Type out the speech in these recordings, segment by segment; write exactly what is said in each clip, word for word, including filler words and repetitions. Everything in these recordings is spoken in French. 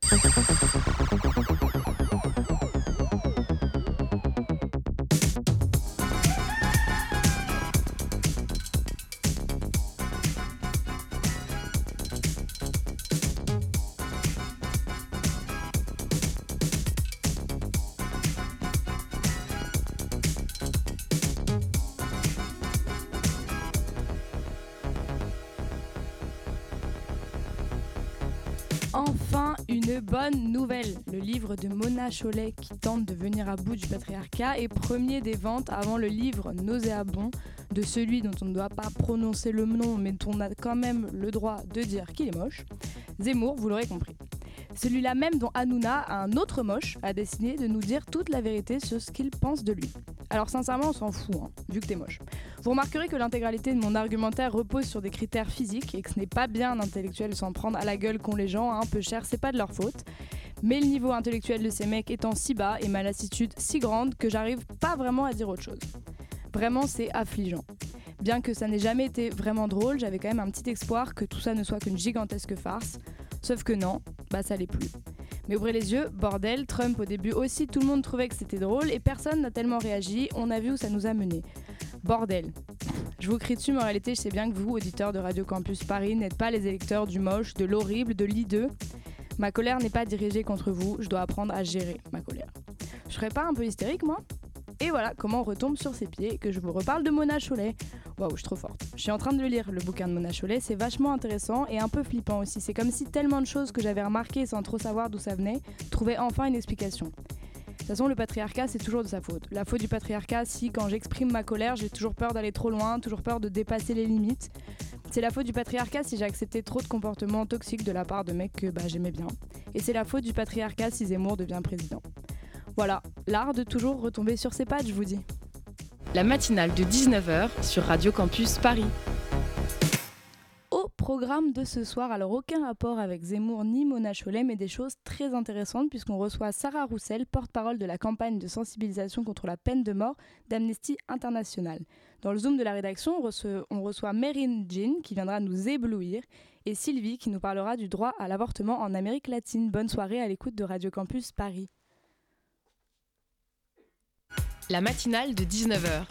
Enfin, une bonne nouvelle. Le livre de Mona Chollet qui tente de venir à bout du patriarcat est premier des ventes avant le livre Nauséabond de celui dont on ne doit pas prononcer le nom mais dont on a quand même le droit de dire qu'il est moche. Zemmour, vous l'aurez compris. Celui-là même dont Hanouna, un autre moche, a décidé de nous dire toute la vérité sur ce qu'il pense de lui. Alors sincèrement, on s'en fout, hein, vu que t'es moche. Vous remarquerez que l'intégralité de mon argumentaire repose sur des critères physiques et que ce n'est pas bien un intellectuel s'en prendre à la gueule qu'ont les gens, un peu cher, c'est pas de leur faute. Mais le niveau intellectuel de ces mecs étant si bas et ma lassitude si grande que j'arrive pas vraiment à dire autre chose. Vraiment, c'est affligeant. Bien que ça n'ait jamais été vraiment drôle, j'avais quand même un petit espoir que tout ça ne soit qu'une gigantesque farce. Sauf que non, bah ça l'est plus. Mais ouvrez les yeux, bordel, Trump au début aussi, tout le monde trouvait que c'était drôle et personne n'a tellement réagi, on a vu où ça nous a mené. Bordel. Je vous crie dessus, mais en réalité, je sais bien que vous, auditeurs de Radio Campus Paris, n'êtes pas les électeurs du moche, de l'horrible, de l'hideux. Ma colère n'est pas dirigée contre vous, je dois apprendre à gérer ma colère. Je serais pas un peu hystérique, moi ? Et voilà comment on retombe sur ses pieds, que je vous reparle de Mona Chollet. Waouh, je suis trop forte. Je suis en train de le lire, le bouquin de Mona Chollet, c'est vachement intéressant et un peu flippant aussi. C'est comme si tellement de choses que j'avais remarquées sans trop savoir d'où ça venait, trouvaient enfin une explication. De toute façon, le patriarcat, c'est toujours de sa faute. La faute du patriarcat, si quand j'exprime ma colère, j'ai toujours peur d'aller trop loin, toujours peur de dépasser les limites. C'est la faute du patriarcat si j'ai accepté trop de comportements toxiques de la part de mecs que bah, j'aimais bien. Et c'est la faute du patriarcat si Zemmour devient président. Voilà, l'art de toujours retomber sur ses pattes, je vous dis. La matinale de dix-neuf heures sur Radio Campus Paris. Au programme de ce soir, alors aucun rapport avec Zemmour ni Mona Chollet, mais des choses très intéressantes puisqu'on reçoit Sarah Roussel, porte-parole de la campagne de sensibilisation contre la peine de mort d'Amnesty International. Dans le Zoom de la rédaction, on reçoit, on reçoit Merin Jean qui viendra nous éblouir et Sylvie qui nous parlera du droit à l'avortement en Amérique latine. Bonne soirée à l'écoute de Radio Campus Paris. La matinale de dix-neuf heures.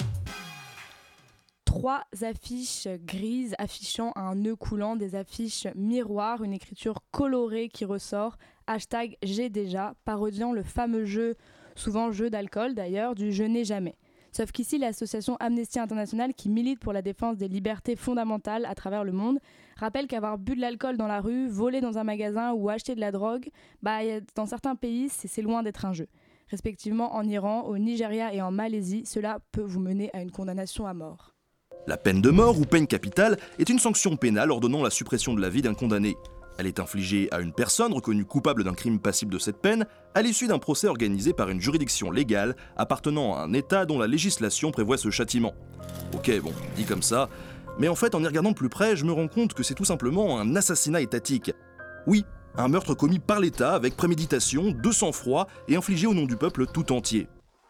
Trois affiches grises affichant un nœud coulant, des affiches miroirs, une écriture colorée qui ressort, hashtag j'ai déjà, parodiant le fameux jeu, souvent jeu d'alcool d'ailleurs, du je n'ai jamais. Sauf qu'ici, l'association Amnesty International, qui milite pour la défense des libertés fondamentales à travers le monde, rappelle qu'avoir bu de l'alcool dans la rue, volé dans un magasin ou acheté de la drogue, bah, dans certains pays, c'est, c'est loin d'être un jeu. Respectivement en Iran, au Nigeria et en Malaisie, cela peut vous mener à une condamnation à mort. La peine de mort ou peine capitale est une sanction pénale ordonnant la suppression de la vie d'un condamné. Elle est infligée à une personne reconnue coupable d'un crime passible de cette peine à l'issue d'un procès organisé par une juridiction légale appartenant à un État dont la législation prévoit ce châtiment. Ok, bon, dit comme ça, mais en fait en y regardant de plus près, je me rends compte que c'est tout simplement un assassinat étatique. Oui, un meurtre commis par l'État avec préméditation, de sang-froid et infligé au nom du peuple tout entier.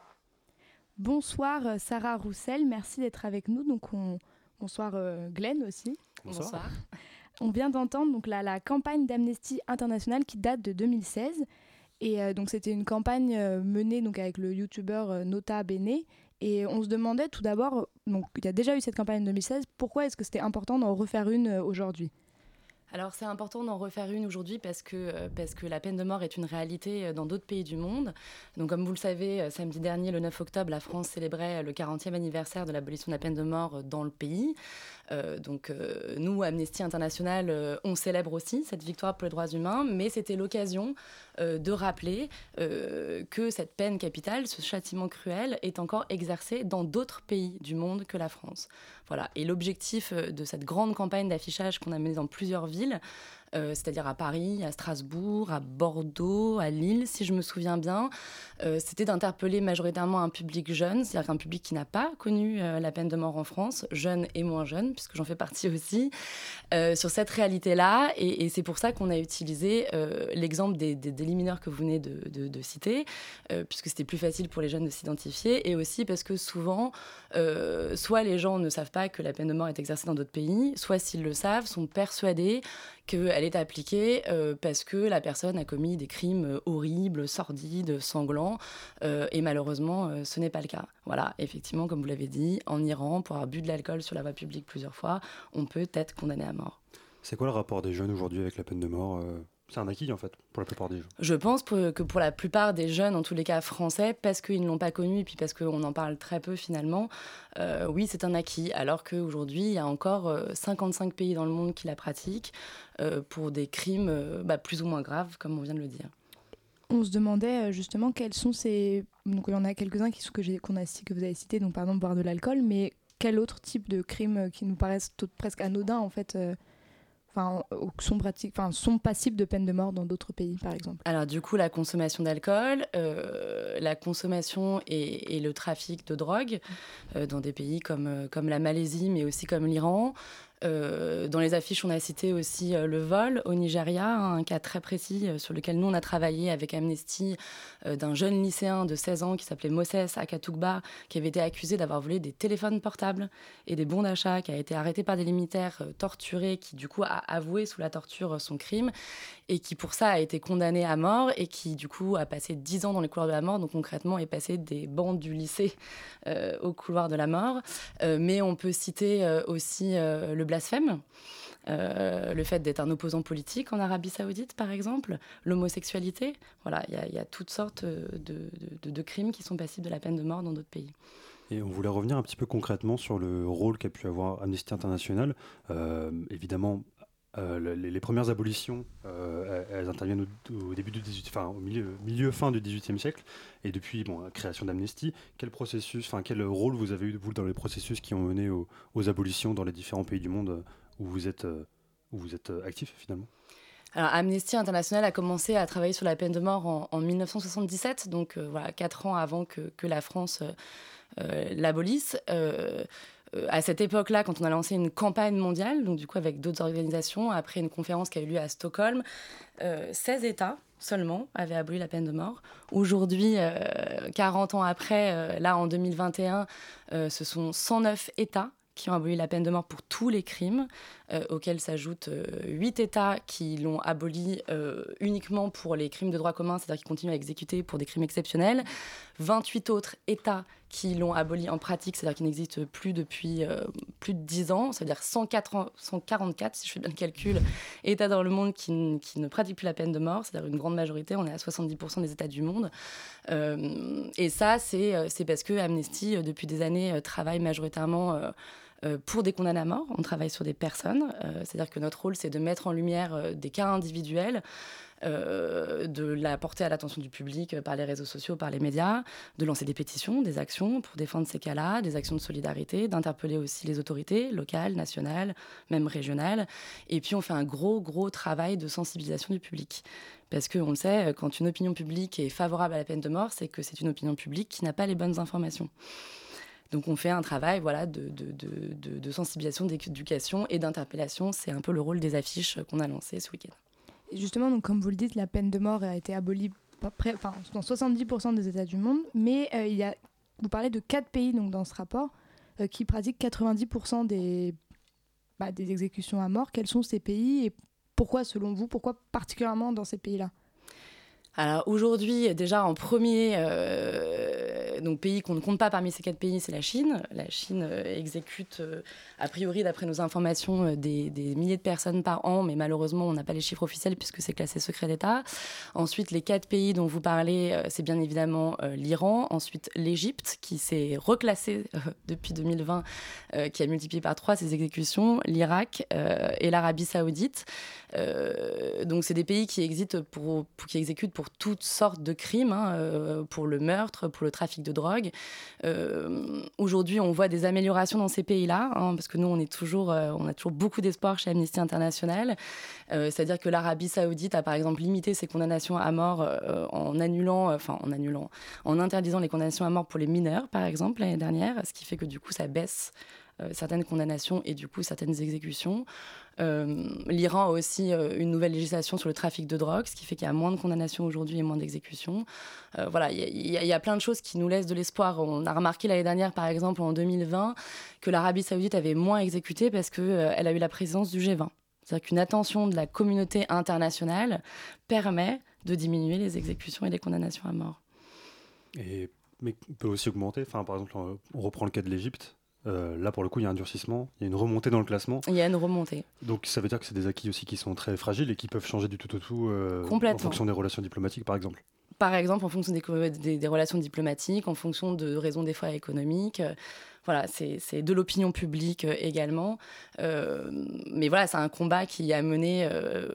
Bonsoir Sarah Roussel, merci d'être avec nous. Donc on... Bonsoir euh, Glenn aussi. Bonsoir. Bonsoir. On vient d'entendre donc, la, la campagne d'Amnesty International qui date de deux mille seize. Et euh, donc c'était une campagne euh, menée donc, avec le youtubeur euh, Nota Bene. Et on se demandait tout d'abord, donc il y a déjà eu cette campagne en deux mille seize, pourquoi est-ce que c'était important d'en refaire une euh, aujourd'hui ? Alors c'est important d'en refaire une aujourd'hui parce que, parce que la peine de mort est une réalité dans d'autres pays du monde. Donc comme vous le savez, samedi dernier, le neuf octobre, la France célébrait le quarantième anniversaire de l'abolition de la peine de mort dans le pays. Euh, donc euh, nous, Amnesty International, euh, on célèbre aussi cette victoire pour les droits humains, mais c'était l'occasion euh, de rappeler euh, que cette peine capitale, ce châtiment cruel, est encore exercé dans d'autres pays du monde que la France. Voilà. Et l'objectif de cette grande campagne d'affichage qu'on a menée dans plusieurs villes, euh, c'est-à-dire à Paris, à Strasbourg, à Bordeaux, à Lille, si je me souviens bien, euh, c'était d'interpeller majoritairement un public jeune, c'est-à-dire un public qui n'a pas connu euh, la peine de mort en France, jeune et moins jeune, puisque j'en fais partie aussi, euh, sur cette réalité-là. Et, et c'est pour ça qu'on a utilisé euh, l'exemple des, des, des lits mineurs que vous venez de, de, de citer, euh, puisque c'était plus facile pour les jeunes de s'identifier, et aussi parce que souvent, euh, soit les gens ne savent pas que la peine de mort est exercée dans d'autres pays, soit s'ils le savent, sont persuadés qu'elle est appliquée euh, parce que la personne a commis des crimes horribles, sordides, sanglants, euh, et malheureusement, euh, ce n'est pas le cas. Voilà, effectivement, comme vous l'avez dit, en Iran, pour avoir bu de l'alcool sur la voie publique plusieurs fois, on peut être condamné à mort. C'est quoi le rapport des jeunes aujourd'hui avec la peine de mort euh... C'est un acquis, en fait, pour la plupart des gens. Je pense que pour la plupart des jeunes, en tous les cas français, parce qu'ils ne l'ont pas connu et puis parce qu'on en parle très peu finalement, euh, oui, c'est un acquis. Alors qu'aujourd'hui, il y a encore euh, cinquante-cinq pays dans le monde qui la pratiquent euh, pour des crimes euh, bah, plus ou moins graves, comme on vient de le dire. On se demandait justement quels sont ces... Donc il y en a quelques-uns qui, que, j'ai, qu'on a, que vous avez cités, donc par exemple boire de l'alcool, mais quel autre type de crimes qui nous paraissent tout, presque anodins, en fait euh... Enfin, sont, pratiques, enfin, sont passibles de peine de mort dans d'autres pays, par exemple. Alors du coup, la consommation d'alcool, euh, la consommation et, et le trafic de drogue euh, dans des pays comme, euh, comme la Malaisie, mais aussi comme l'Iran. Euh, dans les affiches, on a cité aussi euh, le vol au Nigeria, un cas très précis euh, sur lequel nous, on a travaillé avec Amnesty, euh, d'un jeune lycéen de seize ans qui s'appelait Moses Akatugba, qui avait été accusé d'avoir volé des téléphones portables et des bons d'achat, qui a été arrêté par des militaires, euh, torturé, qui du coup a avoué sous la torture euh, son crime, et qui pour ça a été condamné à mort, et qui du coup a passé dix ans dans les couloirs de la mort, donc concrètement est passé des bancs du lycée euh, au couloir de la mort. Euh, mais on peut citer euh, aussi euh, le blasphème, euh, le fait d'être un opposant politique en Arabie Saoudite, par exemple, l'homosexualité. Voilà, il y, y a toutes sortes de, de, de, de crimes qui sont passibles de la peine de mort dans d'autres pays. Et on voulait revenir un petit peu concrètement sur le rôle qu'a pu avoir Amnesty International. Euh, évidemment, euh, les, les premières abolitions, euh, elles interviennent au, au début du dix-huitième, enfin au milieu, milieu fin du dix-huitième siècle. Et depuis bon, la création d'Amnesty, quel processus, enfin quel rôle vous avez eu vous dans les processus qui ont mené aux, aux abolitions dans les différents pays du monde où vous êtes, où vous êtes actif finalement? Alors, Amnesty International a commencé à travailler sur la peine de mort en, en dix-neuf cent soixante-dix-sept, donc euh, voilà, quatre ans avant que, que la France euh, euh, l'abolisse. Euh, euh, à cette époque-là, quand on a lancé une campagne mondiale, donc du coup avec d'autres organisations, après une conférence qui a eu lieu à Stockholm, euh, seize États seulement avaient aboli la peine de mort. Aujourd'hui, euh, quarante ans après, euh, là en deux mille vingt et un, euh, ce sont cent neuf États qui ont aboli la peine de mort pour tous les crimes, euh, auxquels s'ajoutent euh, huit États qui l'ont aboli euh, uniquement pour les crimes de droit commun, c'est-à-dire qui continuent à exécuter pour des crimes exceptionnels, vingt-huit autres États qui l'ont aboli en pratique, c'est-à-dire qui n'existent plus depuis euh, plus de dix ans, c'est-à-dire cent quarante-quatre, si je fais bien le calcul, États dans le monde qui, n- qui ne pratiquent plus la peine de mort, c'est-à-dire une grande majorité, on est à soixante-dix pour cent des États du monde. Euh, et ça, c'est, c'est parce que Amnesty, depuis des années, travaille majoritairement euh, euh, pour des condamnés à mort. On travaille sur des personnes, euh, c'est-à-dire que notre rôle, c'est de mettre en lumière euh, des cas individuels, Euh, de la porter à l'attention du public euh, par les réseaux sociaux, par les médias, de lancer des pétitions, des actions pour défendre ces cas-là, des actions de solidarité, d'interpeller aussi les autorités locales, nationales, même régionales. Et puis on fait un gros, gros travail de sensibilisation du public. Parce qu'on le sait, quand une opinion publique est favorable à la peine de mort, c'est que c'est une opinion publique qui n'a pas les bonnes informations. Donc on fait un travail voilà, de, de, de, de, de sensibilisation, d'éducation et d'interpellation. C'est un peu le rôle des affiches qu'on a lancées ce week-end. Justement, donc, comme vous le dites, la peine de mort a été abolie près, enfin, dans soixante-dix pour cent des États du monde, mais euh, il y a, vous parlez de quatre pays donc, dans ce rapport euh, qui pratiquent quatre-vingt-dix pour cent des, bah, des exécutions à mort. Quels sont ces pays et pourquoi, selon vous, pourquoi particulièrement dans ces pays-là ? Alors aujourd'hui, déjà en premier euh, donc pays qu'on ne compte pas parmi ces quatre pays, c'est la Chine. La Chine euh, exécute, euh, a priori, d'après nos informations, euh, des, des milliers de personnes par an, mais malheureusement, on n'a pas les chiffres officiels puisque c'est classé secret d'État. Ensuite, les quatre pays dont vous parlez, euh, c'est bien évidemment euh, l'Iran. Ensuite, l'Égypte, qui s'est reclassée euh, depuis deux mille vingt, euh, qui a multiplié par trois ses exécutions, l'Irak euh, et l'Arabie Saoudite. Euh, donc, c'est des pays qui, exécutent pour, pour, qui exécutent pour toutes sortes de crimes, hein, euh, pour le meurtre, pour le trafic de drogue. Euh, aujourd'hui, on voit des améliorations dans ces pays-là, hein, parce que nous, on, est toujours, euh, on a toujours beaucoup d'espoir chez Amnesty International. Euh, c'est-à-dire que l'Arabie Saoudite a, par exemple, limité ses condamnations à mort euh, en annulant, enfin, en annulant, en interdisant les condamnations à mort pour les mineurs, par exemple, l'année dernière, ce qui fait que, du coup, ça baisse euh, certaines condamnations et, du coup, certaines exécutions. Euh, L'Iran a aussi euh, une nouvelle législation sur le trafic de drogue, ce qui fait qu'il y a moins de condamnations aujourd'hui et moins d'exécutions. Euh, voilà, il y, y, y a plein de choses qui nous laissent de l'espoir. On a remarqué l'année dernière, par exemple, en deux mille vingt, que l'Arabie Saoudite avait moins exécuté parce qu'elle euh, a eu la présidence du G vingt. C'est-à-dire qu'une attention de la communauté internationale permet de diminuer les exécutions et les condamnations à mort. Et, mais on peut aussi augmenter. Enfin, par exemple, on reprend le cas de l'Égypte. Euh, là, pour le coup, il y a un durcissement, il y a une remontée dans le classement. Il y a une remontée. Donc, ça veut dire que c'est des acquis aussi qui sont très fragiles et qui peuvent changer du tout au tout euh, en fonction des relations diplomatiques, par exemple. Par exemple, en fonction des, des, des relations diplomatiques, en fonction de raisons des fois économiques. Euh, voilà, c'est, c'est de l'opinion publique euh, également. Euh, mais voilà, c'est un combat qui a mené... Euh,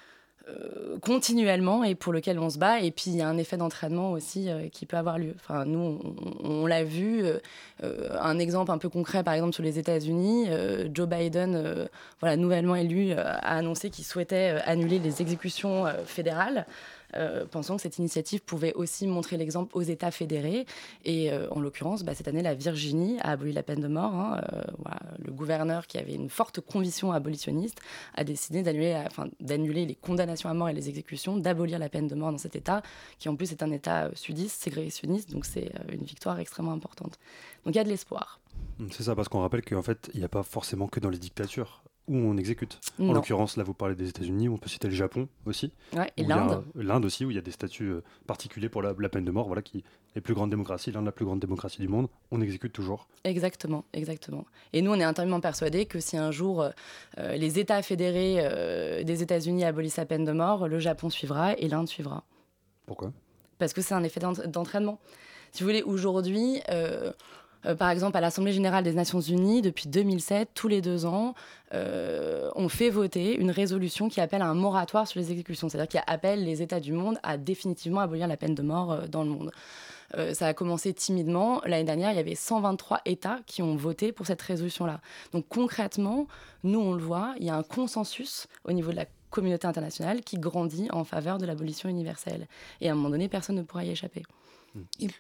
Euh, continuellement et pour lequel on se bat. Et puis il y a un effet d'entraînement aussi euh, qui peut avoir lieu. Enfin, nous, on, on l'a vu. Euh, euh, un exemple un peu concret, par exemple, sur les États-Unis, euh, Joe Biden, euh, voilà, nouvellement élu, euh, a annoncé qu'il souhaitait euh, annuler les exécutions euh, fédérales. Euh, pensant que cette initiative pouvait aussi montrer l'exemple aux États fédérés. Et euh, en l'occurrence, bah, cette année, la Virginie a aboli la peine de mort. Hein. Euh, voilà, le gouverneur, qui avait une forte conviction abolitionniste, a décidé d'annuler, enfin, d'annuler les condamnations à mort et les exécutions, d'abolir la peine de mort dans cet État, qui en plus est un État sudiste, ségrégationniste, donc c'est euh, une victoire extrêmement importante. Donc il y a de l'espoir. C'est ça, parce qu'on rappelle qu'en fait, il n'y a pas forcément que dans les dictatures où on exécute. Non. En l'occurrence, là, vous parlez des États-Unis, on peut citer le Japon aussi. Ouais, et l'Inde. L'Inde aussi, où il y a des statuts euh, particuliers pour la, la peine de mort, voilà, qui est les plus grandes démocraties, l'un de la plus grande démocratie du monde, on exécute toujours. Exactement, exactement. Et nous, on est intimement persuadés que si un jour euh, les États fédérés euh, des États-Unis abolissent la peine de mort, le Japon suivra et l'Inde suivra. Pourquoi ? Parce que c'est un effet d'entraînement. Si vous voulez, aujourd'hui... Euh, Euh, par exemple, à l'Assemblée générale des Nations Unies, depuis deux mille sept, tous les deux ans, euh, on fait voter une résolution qui appelle à un moratoire sur les exécutions, c'est-à-dire qui appelle les États du monde à définitivement abolir la peine de mort euh, dans le monde. Euh, ça a commencé timidement. L'année dernière, il y avait cent vingt-trois États qui ont voté pour cette résolution-là. Donc concrètement, nous, on le voit, il y a un consensus au niveau de la communauté internationale qui grandit en faveur de l'abolition universelle. Et à un moment donné, personne ne pourra y échapper. Mmh. Et...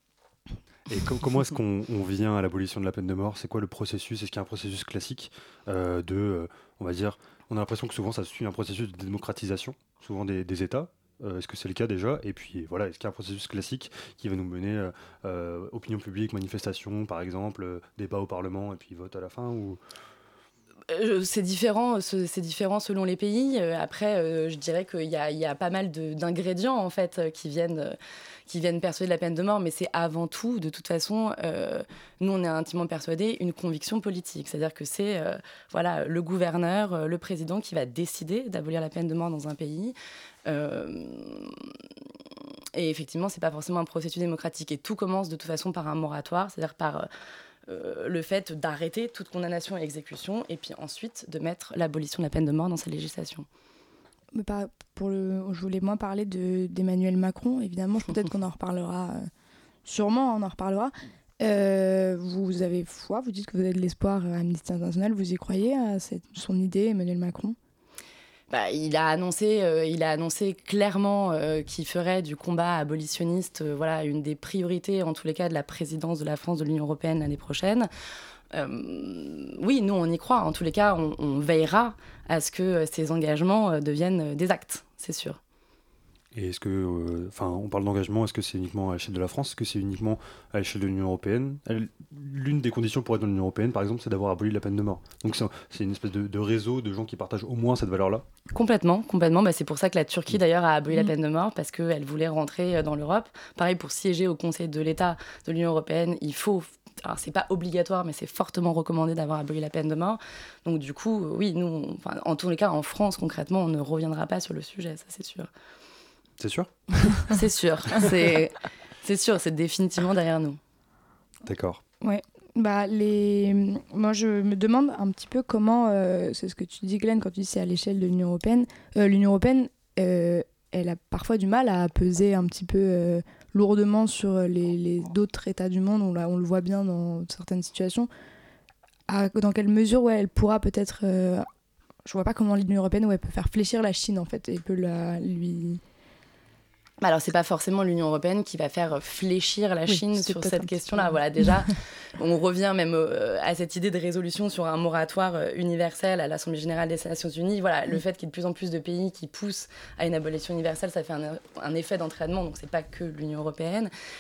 Et com- comment est-ce qu'on on vient à l'abolition de la peine de mort ? C'est quoi le processus ? Est-ce qu'il y a un processus classique euh, de, euh, on va dire, on a l'impression que souvent ça suit un processus de démocratisation, souvent des, des États. Euh, est-ce que c'est le cas déjà ? Et puis voilà, est-ce qu'il y a un processus classique qui va nous mener euh, euh, opinion publique, manifestation, par exemple, euh, débat au Parlement et puis vote à la fin ou... C'est différent, c'est différent selon les pays. Après, je dirais qu'il y a, il y a pas mal de, d'ingrédients en fait, qui viennent, qui viennent persuader la peine de mort, mais c'est avant tout, de toute façon, euh, nous on est intimement persuadés, une conviction politique. C'est-à-dire que c'est euh, voilà, le gouverneur, le président qui va décider d'abolir la peine de mort dans un pays. Euh, et effectivement, c'est pas forcément un processus démocratique. Et tout commence de toute façon par un moratoire, c'est-à-dire par... Euh, le fait d'arrêter toute condamnation et exécution, et puis ensuite de mettre l'abolition de la peine de mort dans sa législation. Mais pas pour le, je voulais moins parler de, d'Emmanuel Macron, évidemment, peut-être qu'on en reparlera, euh, sûrement on en reparlera. Euh, vous avez foi, vous dites que vous avez de l'espoir à Amnesty International, vous y croyez à cette, son idée, Emmanuel Macron ? Bah, il a annoncé, euh, il a annoncé clairement euh, qu'il ferait du combat abolitionniste euh, voilà, une des priorités, en tous les cas, de la présidence de la France de l'Union européenne l'année prochaine. Euh, oui, nous, on y croit. En tous les cas, on, on veillera à ce que ces engagements euh, deviennent des actes, c'est sûr. Et est-ce que, enfin, euh, on parle d'engagement, est-ce que c'est uniquement à l'échelle de la France ? Est-ce que c'est uniquement à l'échelle de l'Union européenne ? L'une des conditions pour être dans l'Union européenne, par exemple, c'est d'avoir aboli la peine de mort. Donc c'est, c'est une espèce de, de réseau de gens qui partagent au moins cette valeur-là. Complètement, complètement. Bah, c'est pour ça que la Turquie, d'ailleurs, a aboli mmh. la peine de mort, parce qu'elle voulait rentrer dans l'Europe. Pareil, pour siéger au Conseil de l'État de l'Union européenne, il faut... Alors, c'est pas obligatoire, mais c'est fortement recommandé d'avoir aboli la peine de mort. Donc, du coup, oui, nous, enfin, en tous les cas, en France, concrètement, on ne reviendra pas sur le sujet, ça, c'est sûr. C'est sûr ? C'est sûr, c'est, c'est sûr, c'est définitivement derrière nous. D'accord. Ouais. Bah, les... Moi, je me demande un petit peu comment, euh, c'est ce que tu dis, Glenn, quand tu dis c'est à l'échelle de l'Union européenne. Euh, L'Union européenne, euh, elle a parfois du mal à peser un petit peu euh, lourdement sur les, les d'autres États du monde. On, l'a, on le voit bien dans certaines situations. À, dans quelle mesure ouais, elle pourra peut-être... Euh, je vois pas comment l'Union européenne ouais, peut faire fléchir la Chine, en fait, et peut la, lui... Alors, c'est pas forcément l'Union européenne qui va faire fléchir la Chine oui, sur cette question-là. Voilà, déjà, on revient même euh, à cette idée de résolution sur un moratoire euh, universel à l'Assemblée générale des Nations unies. Voilà, oui. Le fait qu'il y ait de plus en plus de pays qui poussent à une abolition universelle, ça fait un, un effet d'entraînement, donc c'est pas que l'Union européenne.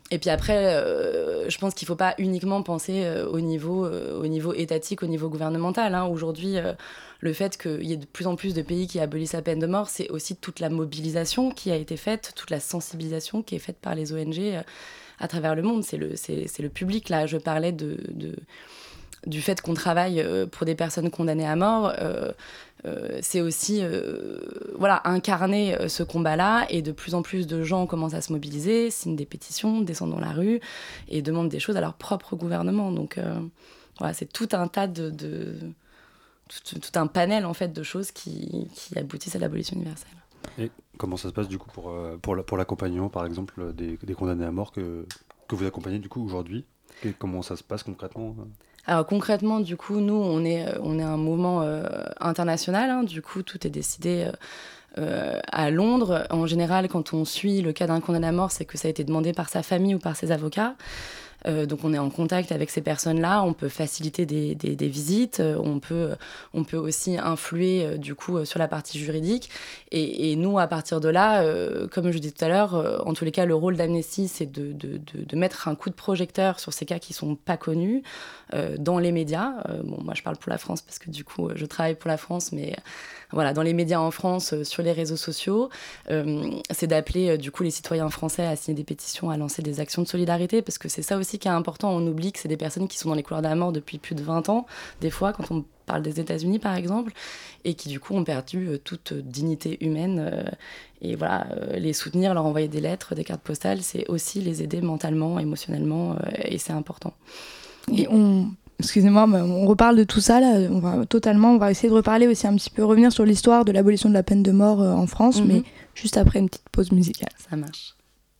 Et puis après, euh, je pense qu'il ne faut pas uniquement penser euh, au, niveau, euh, au niveau étatique, au niveau gouvernemental. Hein. Aujourd'hui, euh, le fait qu'il y ait de plus en plus de pays qui abolissent la peine de mort, c'est aussi toute la mobilisation qui a été faite, toute la sensibilisation qui est faite par les O N G euh, à travers le monde. C'est le, c'est, c'est le public, là. Je parlais de, de, du fait qu'on travaille euh, pour des personnes condamnées à mort. Euh, Euh, c'est aussi euh, voilà, incarner euh, ce combat-là, et de plus en plus de gens commencent à se mobiliser, signent des pétitions, descendent dans la rue et demandent des choses à leur propre gouvernement. Donc euh, voilà, c'est tout un tas de, de tout, tout un panel en fait de choses qui, qui aboutissent à l'abolition universelle. Et comment ça se passe du coup pour, pour, pour l'accompagnement par exemple des, des condamnés à mort que, que vous accompagnez du coup aujourd'hui? Et comment ça se passe concrètement? Alors concrètement, du coup, nous, on est, on est un mouvement euh, international. Hein, du coup, tout est décidé euh, euh, à Londres. En général, quand on suit le cas d'un condamné à mort, c'est que ça a été demandé par sa famille ou par ses avocats. Euh, donc on est en contact avec ces personnes-là, on peut faciliter des, des, des visites, on peut, on peut aussi influer euh, du coup sur la partie juridique. Et, et nous, à partir de là, euh, comme je disais tout à l'heure, euh, en tous les cas, le rôle d'Amnesty, c'est de, de, de, de mettre un coup de projecteur sur ces cas qui ne sont pas connus euh, dans les médias. Euh, bon, moi, je parle pour la France parce que du coup, je travaille pour la France, mais euh, voilà, dans les médias en France, euh, sur les réseaux sociaux, euh, c'est d'appeler euh, du coup les citoyens français à signer des pétitions, à lancer des actions de solidarité, parce que c'est ça aussi qui est important. On oublie que c'est des personnes qui sont dans les couloirs de la mort depuis plus de vingt ans, des fois, quand on parle des États-Unis par exemple, et qui du coup ont perdu euh, toute dignité humaine. Euh, et voilà, euh, les soutenir, leur envoyer des lettres, des cartes postales, c'est aussi les aider mentalement, émotionnellement, euh, et c'est important. Et on... Excusez-moi, mais on reparle de tout ça là, on va totalement, on va essayer de reparler aussi un petit peu, revenir sur l'histoire de l'abolition de la peine de mort euh, en France, mm-hmm. mais juste après une petite pause musicale. Ça marche.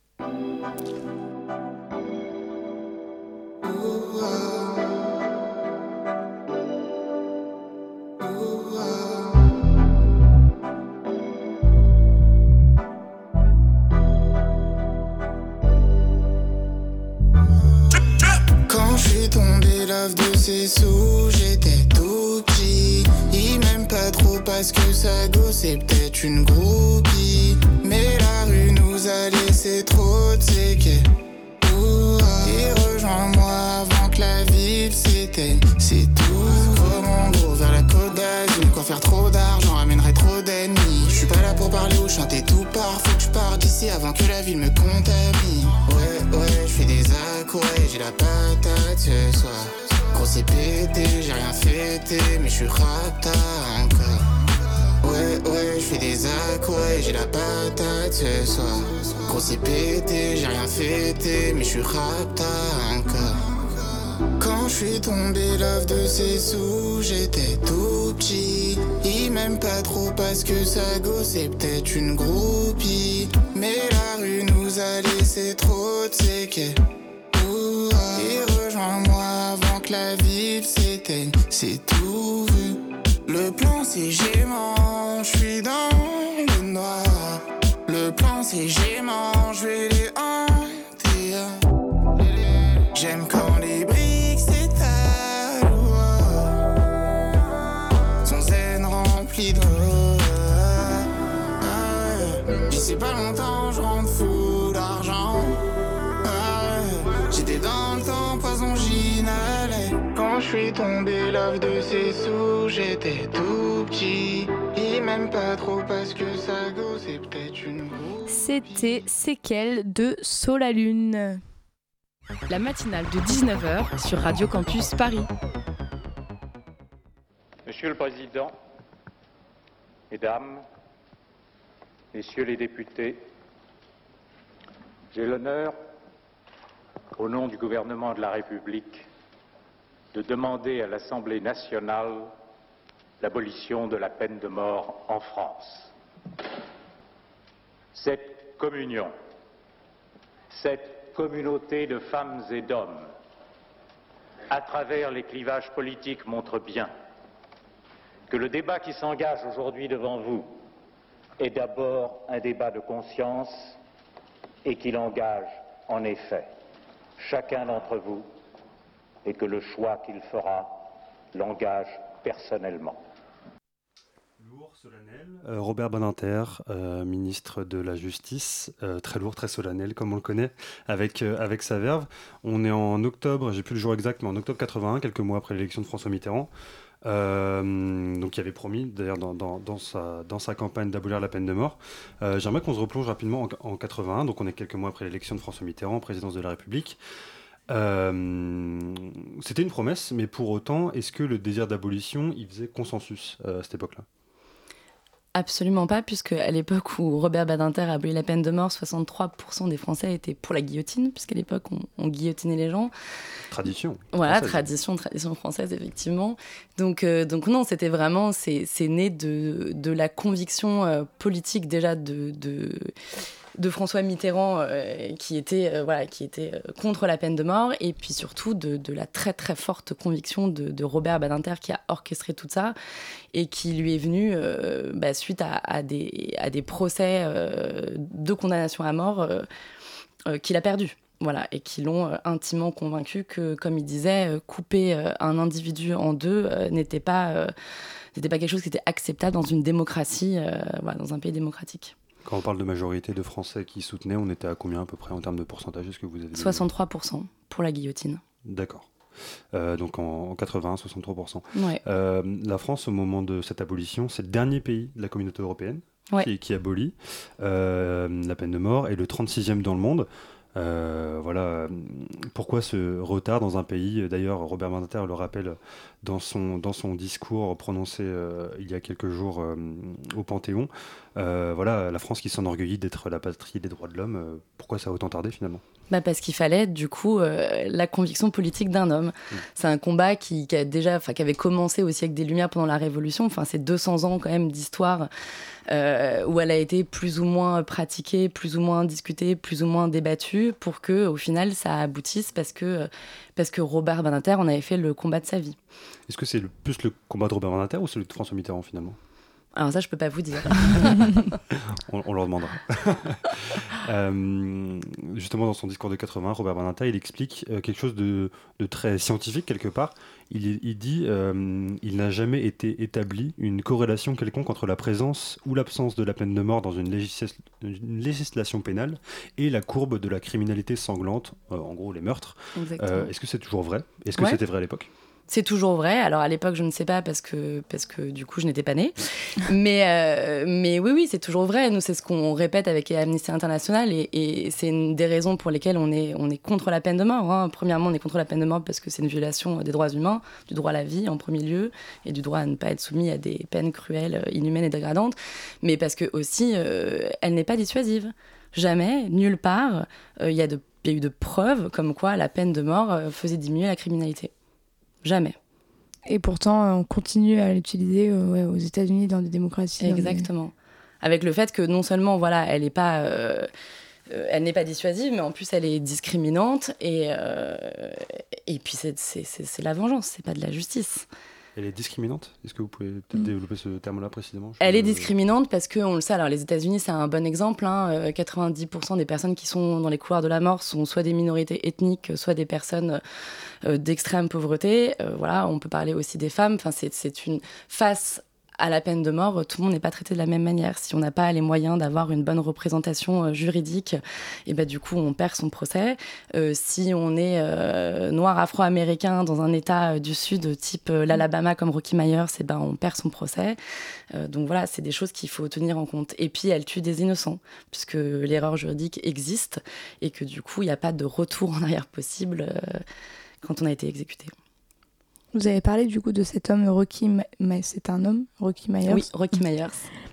Quand je suis tombé love de ses sous, j'étais tout petit. Il m'aime pas trop parce que sa go c'est peut-être une groupie. Mais la rue nous a laissé trop de séquelles. Et rejoins-moi avant que la ville s'éteigne. C'est tout. Gros mon gros vers la côte d'Azur. Quoi faire trop d'argent ramènerait trop d'ennemis. Je suis pas là pour parler ou chanter tout part. Faut que je parte d'ici avant que la ville me contamine. Ouais ouais je fais des accros et j'ai la patate ce soir. Gros c'est pété, j'ai rien fêté, mais je suis rapta encore. Ouais ouais je fais des accros et j'ai la patate ce soir. Gros c'est pété, j'ai rien fêté, mais je suis rapta encore. Quand je suis tombé love de ses sous, j'étais tout petit. Il m'aime pas trop parce que sa go c'est peut-être une groupie. Mais la rue nous a laissé trop de séquelles. Et rejoins-moi avant que la ville s'éteigne. C'est tout vu. Le plan c'est j'aimant, je suis dans le noir. Le plan c'est j'aimant, je vais les hanter. J'aime quand les briques s'étalent. Son zen rempli d'eau. D'ici pas longtemps je rentre fou d'argent. J'étais dans le temps, poison j'inhalais. Quand je suis tombé love de ses sous, j'étais tout petit. Il m'aime pas trop parce que sa go c'est peut-être une groupie. C'était Séquelles de Solalune. La matinale de dix-neuf heures sur Radio Campus Paris. Monsieur le Président, Mesdames, Messieurs les députés, j'ai l'honneur, au nom du gouvernement de la République, de demander à l'Assemblée nationale l'abolition de la peine de mort en France. Cette communion, cette communauté de femmes et d'hommes, à travers les clivages politiques, montre bien que le débat qui s'engage aujourd'hui devant vous est d'abord un débat de conscience et qu'il engage en effet chacun d'entre vous et que le choix qu'il fera l'engage personnellement. lourd, solennel. Euh, Robert Badinter, euh, ministre de la Justice, euh, très lourd, très solennel, comme on le connaît, avec, euh, avec sa verve. On est en octobre, j'ai plus le jour exact, mais en octobre quatre-vingt-un, quelques mois après l'élection de François Mitterrand. Euh, donc il avait promis, d'ailleurs dans, dans, dans, sa, dans sa campagne, d'abolir la peine de mort. Euh, j'aimerais qu'on se replonge rapidement en, en quatre-vingt-un, donc on est quelques mois après l'élection de François Mitterrand, présidence de la République. Euh, c'était une promesse, mais pour autant, est-ce que le désir d'abolition, il faisait consensus euh, à cette époque-là ? Absolument pas, puisque à l'époque où Robert Badinter a aboli la peine de mort, soixante-trois pour cent des Français étaient pour la guillotine, puisqu'à l'époque on, on guillotinait les gens. Tradition. Voilà, française. tradition, tradition française, effectivement. Donc, euh, donc non, c'était vraiment, c'est, c'est né de, de la conviction euh, politique déjà de, de, de François Mitterrand, euh, qui était, euh, voilà, qui était euh, contre la peine de mort, et puis surtout de, de la très très forte conviction de, de Robert Badinter qui a orchestré tout ça, et qui lui est venu euh, bah, suite à, à, des, à des procès euh, de condamnation à mort euh, euh, qu'il a perdu. Voilà, et qui l'ont euh, intimement convaincu que, comme il disait, euh, couper euh, un individu en deux euh, n'était pas, euh, n'était pas quelque chose qui était acceptable dans une démocratie, euh, voilà, dans un pays démocratique. Quand on parle de majorité de Français qui soutenaient, on était à combien à peu près en termes de pourcentage ? Est-ce que vous avez soixante-trois pour cent pour la guillotine. D'accord. Euh, donc en, en quatre-vingt-un, soixante-trois pour cent. Ouais. Euh, la France, au moment de cette abolition, c'est le dernier pays de la communauté européenne ouais. qui, qui abolit euh, la peine de mort et le trente-sixième dans le monde. Euh, voilà, pourquoi ce retard dans un pays ? D'ailleurs, Robert Badinter le rappelle dans son, dans son discours prononcé euh, il y a quelques jours euh, au Panthéon. Euh, voilà, la France qui s'enorgueillit d'être la patrie des droits de l'homme, euh, pourquoi ça a autant tardé finalement ? Bah parce qu'il fallait du coup euh, la conviction politique d'un homme. Mmh. C'est un combat qui, qui a déjà, enfin qui avait commencé au siècle des Lumières pendant la Révolution. Enfin c'est deux cents ans quand même d'histoire euh, où elle a été plus ou moins pratiquée, plus ou moins discutée, plus ou moins débattue pour que au final ça aboutisse parce que parce que Robert Badinter en avait fait le combat de sa vie. Est-ce que c'est le, plus le combat de Robert Badinter ou celui de François Mitterrand finalement ? Alors ça, je peux pas vous dire. on, on leur demandera. euh, justement, dans son discours de quatre-vingts, Robert Badinter, il explique euh, quelque chose de, de très scientifique quelque part. Il, il dit euh, il n'a jamais été établi une corrélation quelconque entre la présence ou l'absence de la peine de mort dans une, légis- une législation pénale et la courbe de la criminalité sanglante, euh, en gros les meurtres. Euh, est-ce que c'est toujours vrai ? Est-ce que ouais. c'était vrai à l'époque ? C'est toujours vrai. Alors à l'époque, je ne sais pas parce que, parce que du coup, je n'étais pas née. mais, euh, mais oui, oui, c'est toujours vrai. Nous, c'est ce qu'on répète avec Amnesty International et, et c'est une des raisons pour lesquelles on est, on est contre la peine de mort. Hein. Premièrement, on est contre la peine de mort parce que c'est une violation des droits humains, du droit à la vie en premier lieu et du droit à ne pas être soumis à des peines cruelles, inhumaines et dégradantes. Mais parce que aussi, euh, elle n'est pas dissuasive. Jamais, nulle part, il euh, y, y a eu de preuves comme quoi la peine de mort euh, faisait diminuer la criminalité. Jamais. Et pourtant, on continue à l'utiliser euh, ouais, aux États-Unis dans des démocraties. Exactement. Des... Avec le fait que non seulement, voilà, elle n'est pas, euh, euh, elle n'est pas dissuasive, mais en plus, elle est discriminante. Et, euh, et puis, c'est, c'est, c'est, c'est la vengeance, c'est pas de la justice. Elle est discriminante ? Est-ce que vous pouvez peut-être mmh. développer ce terme-là précisément ? Je Elle peux... est discriminante parce qu'on le sait, alors les États-Unis, c'est un bon exemple. Hein, quatre-vingt-dix pour cent des personnes qui sont dans les couloirs de la mort sont soit des minorités ethniques, soit des personnes euh, d'extrême pauvreté. Euh, voilà, on peut parler aussi des femmes. Enfin, c'est, c'est une face à la peine de mort, tout le monde n'est pas traité de la même manière. Si on n'a pas les moyens d'avoir une bonne représentation euh, juridique, et ben, du coup, on perd son procès. Euh, si on est euh, noir afro-américain dans un État euh, du Sud, type euh, l'Alabama comme Rocky Myers, et ben, on perd son procès. Euh, donc voilà, c'est des choses qu'il faut tenir en compte. Et puis, elle tue des innocents, puisque l'erreur juridique existe et que du coup, il n'y a pas de retour en arrière possible euh, quand on a été exécuté. Vous avez parlé du coup de cet homme, Rocky, Ma... c'est un homme, Rocky Myers. Oui, Rocky Myers.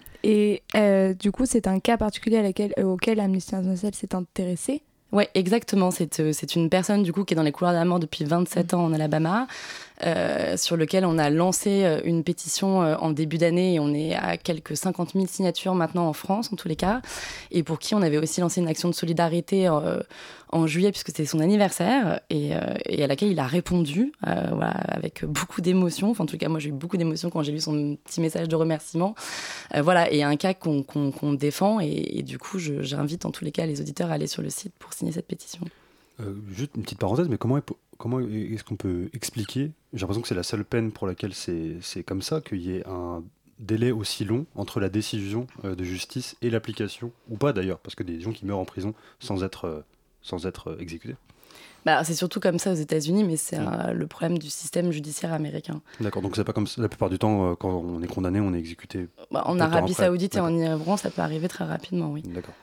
Et euh, du coup, c'est un cas particulier à laquelle, euh, auquel Amnesty International s'est intéressé. Oui, exactement. C'est, euh, c'est une personne du coup qui est dans les couloirs de la mort depuis vingt-sept mmh. ans en Alabama, euh, sur lequel on a lancé euh, une pétition euh, en début d'année et on est à quelques cinquante mille signatures maintenant en France, en tous les cas, et pour qui on avait aussi lancé une action de solidarité euh, en juillet, puisque c'était son anniversaire, et, euh, et à laquelle il a répondu euh, voilà, avec beaucoup d'émotion. Enfin, en tout cas, moi, j'ai eu beaucoup d'émotion quand j'ai lu son petit message de remerciement. Euh, voilà, et un cas qu'on, qu'on, qu'on défend, et, et du coup, je, j'invite en tous les cas les auditeurs à aller sur le site pour signer cette pétition. Euh, juste une petite parenthèse, mais comment, est, comment est-ce qu'on peut expliquer, j'ai l'impression que c'est la seule peine pour laquelle c'est, c'est comme ça, qu'il y ait un délai aussi long entre la décision euh, de justice et l'application, ou pas d'ailleurs, parce que des gens qui meurent en prison sans être, euh, sans être euh, exécutés. Bah, c'est surtout comme ça aux États-Unis, mais c'est un, le problème du système judiciaire américain. D'accord, donc c'est pas comme ça. La plupart du temps, euh, quand on est condamné, on est exécuté. Bah, en Arabie Saoudite et en Iran, ça peut arriver très rapidement, oui. D'accord.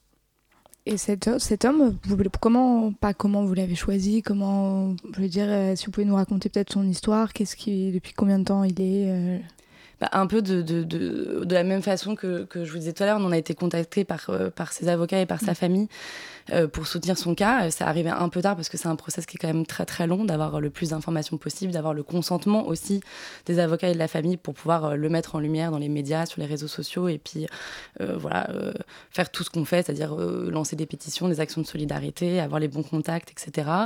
Et cet, cet homme, vous, comment, pas comment vous l'avez choisi, comment, je veux dire, euh, si vous pouvez nous raconter peut-être son histoire, qu'est-ce qui, depuis combien de temps il est euh... bah, un peu de, de, de, de la même façon que, que je vous disais tout à l'heure, on en a été contacté par, euh, par ses avocats et par sa famille euh, pour soutenir son cas. Ça arrivait un peu tard parce que c'est un process qui est quand même très très long, d'avoir le plus d'informations possible, d'avoir le consentement aussi des avocats et de la famille pour pouvoir euh, le mettre en lumière dans les médias, sur les réseaux sociaux, et puis euh, voilà, euh, faire tout ce qu'on fait, c'est-à-dire euh, lancer des pétitions, des actions de solidarité, avoir les bons contacts, et cetera.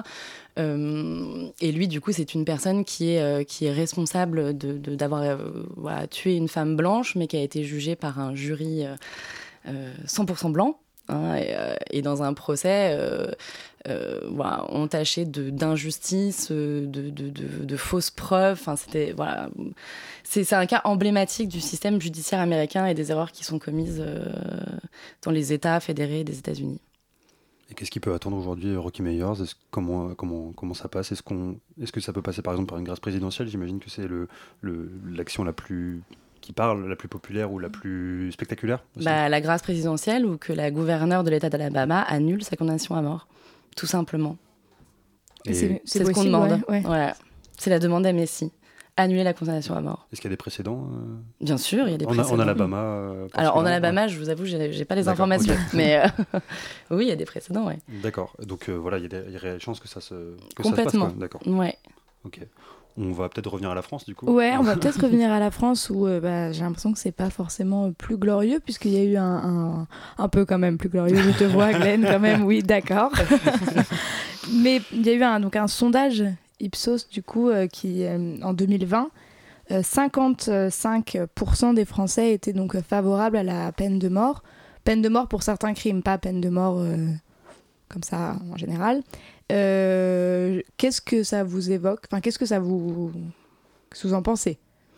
Euh, et lui, du coup, c'est une personne qui est, euh, qui est responsable de, de, d'avoir euh, voilà, tué une femme blanche, mais qui a été jugée par un jury euh, euh, cent pour cent blanc. Hein, et, euh, et dans un procès euh, euh, voilà, entaché de, d'injustice, de, de, de, de fausses preuves. Enfin, c'était, voilà, c'est, c'est un cas emblématique du système judiciaire américain et des erreurs qui sont commises euh, dans les États fédérés des États-Unis. Et qu'est-ce qui peut attendre aujourd'hui Rocky Meyers? Est-ce, comment, comment, comment ça passe? Est-ce, qu'on, est-ce que ça peut passer par exemple par une grâce présidentielle? J'imagine que c'est le, le, l'action la plus... qui parle, la plus populaire ou la plus spectaculaire aussi. Bah, la grâce présidentielle, ou que la gouverneure de l'État d'Alabama annule sa condamnation à mort, tout simplement. Et c'est, c'est, c'est ce qu'on demande. Ouais, ouais. Voilà. C'est la demande d'Amnesty. Annuler la condamnation à mort. Est-ce qu'il y a des précédents euh... Bien sûr, il y a des en, précédents. En Alabama euh, Alors, en Alabama, ouais. je vous avoue, j'ai, j'ai pas les D'accord, informations. Okay. Mais euh, oui, il y a des précédents, oui. D'accord. Donc euh, voilà, il y a des réelles chances que ça se, que Complètement. Ça se passe. D'accord. Ouais. Ok. On va peut-être revenir à la France, du coup. Ouais, on va peut-être revenir à la France où euh, bah, j'ai l'impression que c'est pas forcément plus glorieux, puisqu'il y a eu un, un, un peu quand même plus glorieux. Je te vois, Glenn, quand même, oui, d'accord. Mais il y a eu un, donc un sondage Ipsos, du coup, euh, qui, euh, en deux mille vingt, euh, cinquante-cinq pour cent des Français étaient donc favorables à la peine de mort. Peine de mort pour certains crimes, pas peine de mort euh, comme ça en général. Euh, qu'est-ce que ça vous évoque? Enfin, qu'est-ce que ça vous... Qu'est-ce que vous en pensez?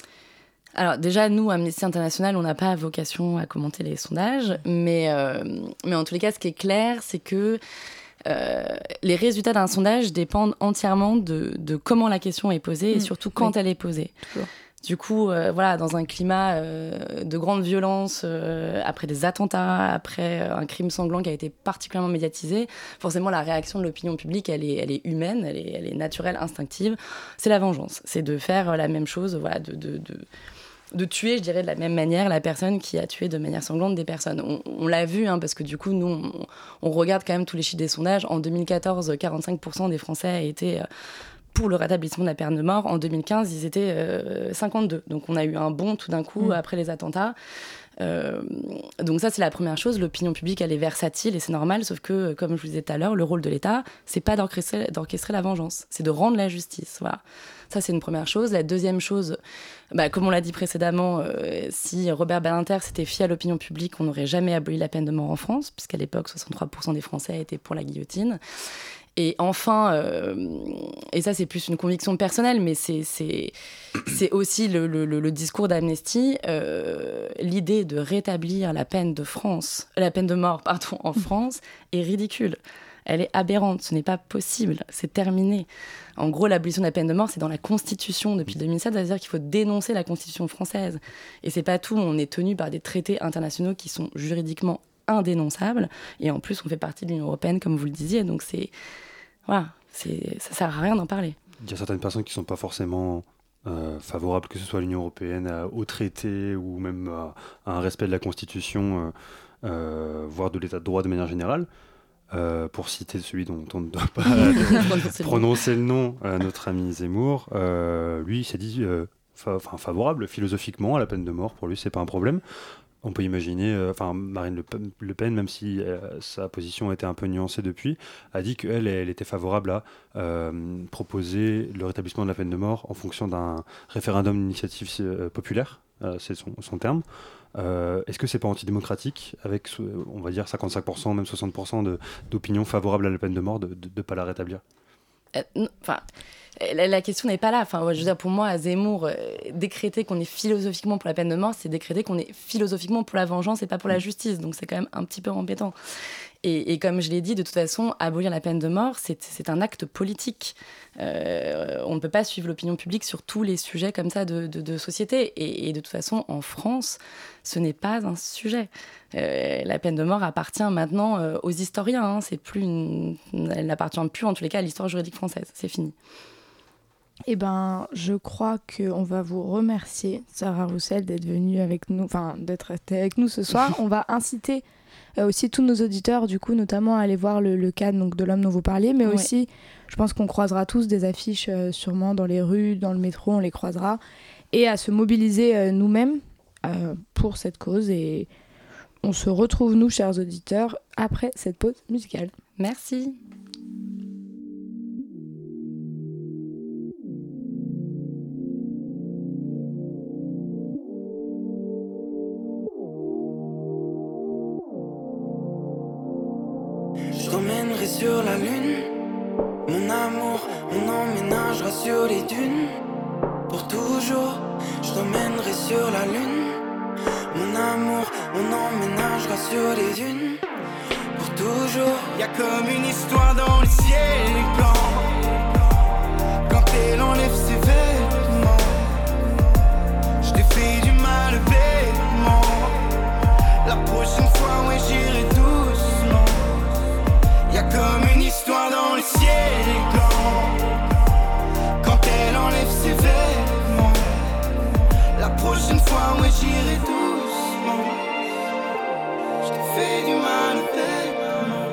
Alors déjà, nous, Amnesty International, on n'a pas vocation à commenter les sondages, mais, euh, mais en tous les cas, ce qui est clair, c'est que euh, les résultats d'un sondage dépendent entièrement de, de comment la question est posée et surtout quand oui. elle est posée. Toujours. Du coup, euh, voilà, dans un climat euh, de grande violence, euh, après des attentats, après euh, un crime sanglant qui a été particulièrement médiatisé, forcément, la réaction de l'opinion publique, elle est, elle est humaine, elle est, elle est naturelle, instinctive. C'est la vengeance. C'est de faire la même chose, voilà, de, de, de, de tuer, je dirais, de la même manière la personne qui a tué de manière sanglante des personnes. On, on l'a vu, hein, parce que du coup, nous, on, on regarde quand même tous les chiffres des sondages. En deux mille quatorze, quarante-cinq pour cent des Français étaient... Euh, pour le rétablissement de la peine de mort. En deux mille quinze, ils étaient euh, cinquante-deux. Donc on a eu un bond tout d'un coup mmh. après les attentats. Euh, donc ça, c'est la première chose. L'opinion publique, elle est versatile et c'est normal, sauf que, comme je vous disais tout à l'heure, le rôle de l'État, c'est pas d'orchestrer, d'orchestrer la vengeance, c'est de rendre la justice. Voilà. Ça, c'est une première chose. La deuxième chose, bah, comme on l'a dit précédemment, euh, si Robert Badinter s'était fié à l'opinion publique, on n'aurait jamais aboli la peine de mort en France, puisqu'à l'époque, soixante-trois pour cent des Français étaient pour la guillotine. Et enfin, euh, et ça c'est plus une conviction personnelle, mais c'est, c'est, c'est aussi le, le, le discours d'Amnesty, euh, l'idée de rétablir la peine de France, la peine de mort pardon, en France est ridicule. Elle est aberrante, ce n'est pas possible, c'est terminé. En gros, l'abolition de la peine de mort, c'est dans la Constitution depuis deux mille sept, c'est-à-dire qu'il faut dénoncer la Constitution française. Et c'est pas tout, on est tenu par des traités internationaux qui sont juridiquement indénonçables, et en plus on fait partie de l'Union européenne, comme vous le disiez, donc c'est... Voilà, c'est, ça sert à rien d'en parler. Il y a certaines personnes qui ne sont pas forcément euh, favorables, que ce soit à l'Union européenne, à, aux traités ou même à, à un respect de la Constitution, euh, euh, voire de l'état de droit de manière générale. Euh, pour citer celui dont on ne doit pas prononcer le nom, euh, notre ami Zemmour, euh, lui il s'est dit euh, fa- favorable philosophiquement à la peine de mort. Pour lui, c'est pas un problème. On peut imaginer, enfin euh, Marine Le Pen, Le Pen, même si euh, sa position a été un peu nuancée depuis, a dit qu'elle elle était favorable à euh, proposer le rétablissement de la peine de mort en fonction d'un référendum d'initiative euh, populaire, euh, c'est son, son terme. Euh, est-ce que c'est pas antidémocratique avec, on va dire, cinquante-cinq pour cent, même soixante pour cent de, d'opinions favorables à la peine de mort, de ne pas la rétablir? Enfin... La, la question n'est pas là. Enfin, je veux dire, pour moi, à Zemmour, euh, décréter qu'on est philosophiquement pour la peine de mort, c'est décréter qu'on est philosophiquement pour la vengeance et pas pour la justice. Donc c'est quand même un petit peu embêtant. Et, et comme je l'ai dit, de toute façon, abolir la peine de mort, c'est, c'est un acte politique. Euh, on ne peut pas suivre l'opinion publique sur tous les sujets comme ça de, de, de société. Et, et de toute façon, en France, ce n'est pas un sujet. Euh, la peine de mort appartient maintenant euh, aux historiens. Hein. C'est plus une... Elle n'appartient plus, en tous les cas, à l'histoire juridique française. C'est fini. Eh ben, je crois qu'on va vous remercier, Sarah Roussel, d'être venue avec nous, enfin, d'être restée avec nous ce soir. On va inciter euh, aussi tous nos auditeurs, du coup, notamment à aller voir le, le cas donc, de l'homme dont vous parliez, mais ouais. aussi, je pense qu'on croisera tous des affiches euh, sûrement dans les rues, dans le métro, on les croisera, et à se mobiliser euh, nous-mêmes euh, pour cette cause. Et on se retrouve, nous, chers auditeurs, après cette pause musicale. Merci. Je t'emmènerai sur la lune, mon amour, on emménagera sur les dunes. Pour toujours, je t'emmènerai sur la lune, mon amour, on emménagera sur les dunes. Pour toujours, y'a comme une histoire dans le ciel blanc. Quand elle enlève ses vêtements, je te fais du mal bêtement. La prochaine fois, ouais, j'irai doucement. Y'a comme une histoire dans le ciel blanc. Quand elle enlève ses vêtements, la prochaine fois, ouais, j'irai doucement. Je te fais du mal bêtement.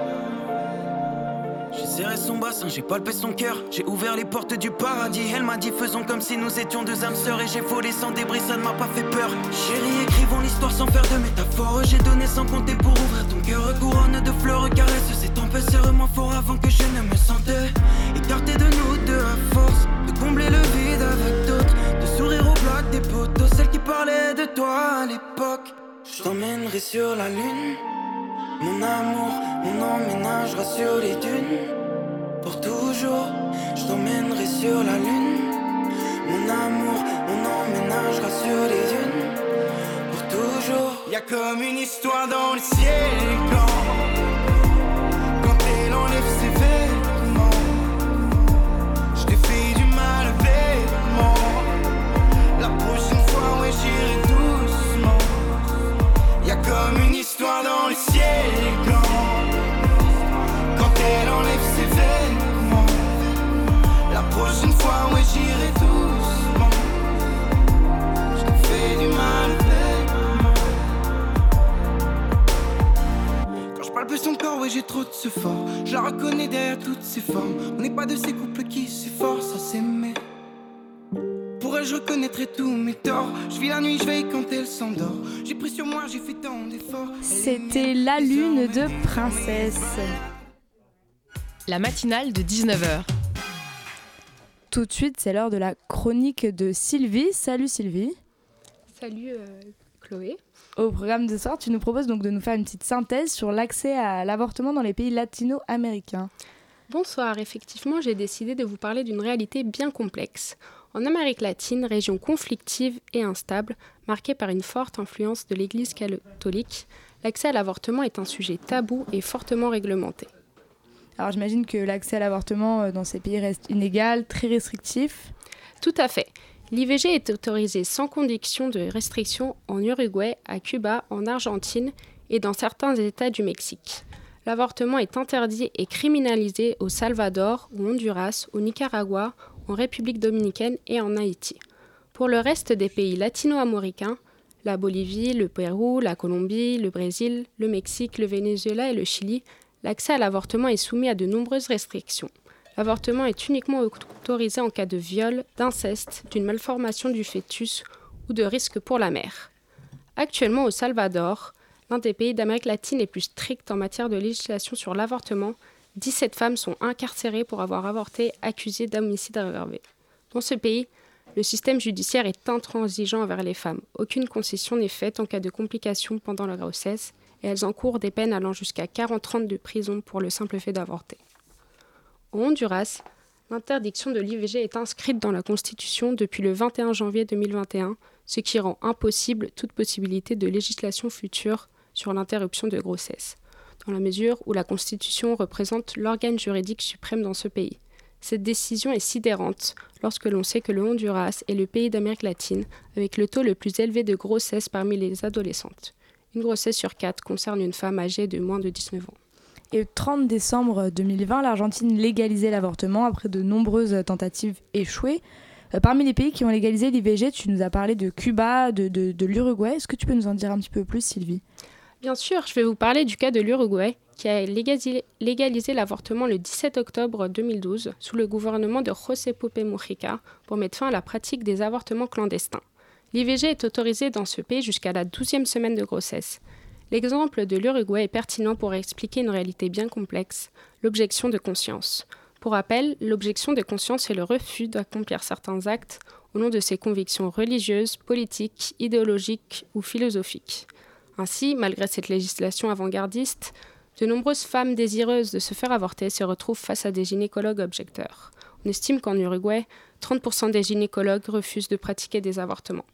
J'ai serré son bassin, j'ai palpé son cœur. J'ai ouvert les portes du paradis. Elle m'a dit faisons comme si nous étions deux âmes sœurs. Et j'ai volé sans débris, ça ne m'a pas fait peur. Chérie, écrivons l'histoire sans faire de métaphore. J'ai donné sans compter pour ouvrir ton cœur. Couronne de fleurs, caresse ces tempêtes. Serre-moi fort avant que je ne me sentais écarté de nous deux à force de combler le vide avec d'autres, de sourire aux blagues des potos, celle qui parlait de toi à l'époque. Je t'emmènerai sur la lune, mon amour, on emménagera sur les dunes. Pour toujours, je t'emmènerai sur la lune, mon amour, on emménagera sur les dunes. Pour toujours, y'a comme une histoire dans le ciel blanc. Quand elle enlève ses vêtements, je te fais du mal bêtement. La prochaine fois, ouais, j'irai doucement. Y'a comme une histoire dans le ciel blanc. Quand elle enlève ses vêtements, la prochaine fois, ouais, j'irai doucement. Je te fais du mal bêtement. Quand je parle plus son corps, ouais, j'ai trop de ce fort. Je la reconnais derrière toutes ses formes. On n'est pas de ces couples qui s'efforcent à s'aimer. Pour elle, je reconnaîtrai tous mes torts. Je vis la nuit, je veille quand elle s'endort. J'ai pris sur moi, j'ai fait tant d'efforts. C'était La Lune de Princesse. La matinale de dix-neuf heures. Tout de suite, c'est l'heure de la chronique de Sylvie. Salut Sylvie. Salut euh, Chloé. Au programme de ce soir, tu nous proposes donc de nous faire une petite synthèse sur l'accès à l'avortement dans les pays latino-américains. Bonsoir, effectivement, j'ai décidé de vous parler d'une réalité bien complexe. En Amérique latine, région conflictive et instable, marquée par une forte influence de l'Église catholique, l'accès à l'avortement est un sujet tabou et fortement réglementé. Alors j'imagine que l'accès à l'avortement dans ces pays reste inégal, très restrictif. Tout à fait. L'I V G est autorisée sans condition de restriction en Uruguay, à Cuba, en Argentine et dans certains États du Mexique. L'avortement est interdit et criminalisé au Salvador, au Honduras, au Nicaragua, en République dominicaine et en Haïti. Pour le reste des pays latino-américains, la Bolivie, le Pérou, la Colombie, le Brésil, le Mexique, le Venezuela et le Chili, l'accès à l'avortement est soumis à de nombreuses restrictions. L'avortement est uniquement autorisé en cas de viol, d'inceste, d'une malformation du fœtus ou de risque pour la mère. Actuellement au Salvador, l'un des pays d'Amérique latine les plus stricts en matière de législation sur l'avortement, dix-sept femmes sont incarcérées pour avoir avorté, accusées d'homicide aggravé. Dans ce pays, le système judiciaire est intransigeant envers les femmes. Aucune concession n'est faite en cas de complications pendant la grossesse et elles encourent des peines allant jusqu'à quarante ans de prison pour le simple fait d'avorter. Au Honduras, L'interdiction de l'I V G est inscrite dans la Constitution depuis le vingt et un janvier deux mille vingt et un, ce qui rend impossible toute possibilité de législation future sur l'interruption de grossesse, dans la mesure où la Constitution représente l'organe juridique suprême dans ce pays. Cette décision est sidérante lorsque l'on sait que le Honduras est le pays d'Amérique latine avec le taux le plus élevé de grossesse parmi les adolescentes. Une grossesse sur quatre concerne une femme âgée de moins de dix-neuf ans. Et le trente décembre deux mille vingt, l'Argentine légalisait l'avortement après de nombreuses tentatives échouées. Euh, parmi les pays qui ont légalisé l'I V G, tu nous as parlé de Cuba, de, de, de l'Uruguay. Est-ce que tu peux nous en dire un petit peu plus, Sylvie ? Bien sûr, je vais vous parler du cas de l'Uruguay, qui a légalisé, légalisé l'avortement le dix-sept octobre deux mille douze sous le gouvernement de José Pope Mujica pour mettre fin à la pratique des avortements clandestins. L'I V G est autorisée dans ce pays jusqu'à la douzième semaine de grossesse. L'exemple de l'Uruguay est pertinent pour expliquer une réalité bien complexe, l'objection de conscience. Pour rappel, l'objection de conscience est le refus d'accomplir certains actes au nom de ses convictions religieuses, politiques, idéologiques ou philosophiques. Ainsi, malgré cette législation avant-gardiste, de nombreuses femmes désireuses de se faire avorter se retrouvent face à des gynécologues objecteurs. On estime qu'en Uruguay, trente pour cent des gynécologues refusent de pratiquer des avortements.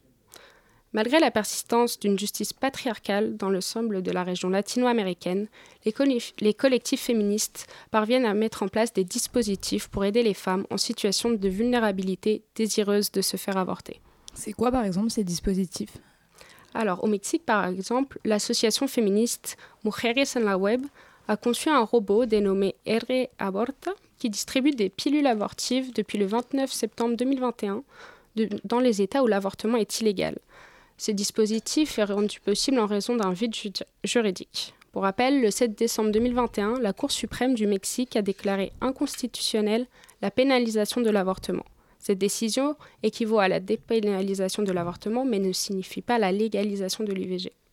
Malgré la persistance d'une justice patriarcale dans l'ensemble de la région latino-américaine, les, collif- les collectifs féministes parviennent à mettre en place des dispositifs pour aider les femmes en situation de vulnérabilité désireuses de se faire avorter. C'est quoi par exemple ces dispositifs ? Alors, au Mexique, par exemple, l'association féministe Mujeres en la Web a conçu un robot dénommé R Aborta qui distribue des pilules abortives depuis le vingt-neuf septembre deux mille vingt et un de, dans les États où l'avortement est illégal. Ce dispositif est rendu possible en raison d'un vide ju- juridique. Pour rappel, le sept décembre deux mille vingt et un, la Cour suprême du Mexique a déclaré inconstitutionnelle la pénalisation de l'avortement. Cette décision équivaut à la dépénalisation de l'avortement, mais ne signifie pas la légalisation de l'I V G.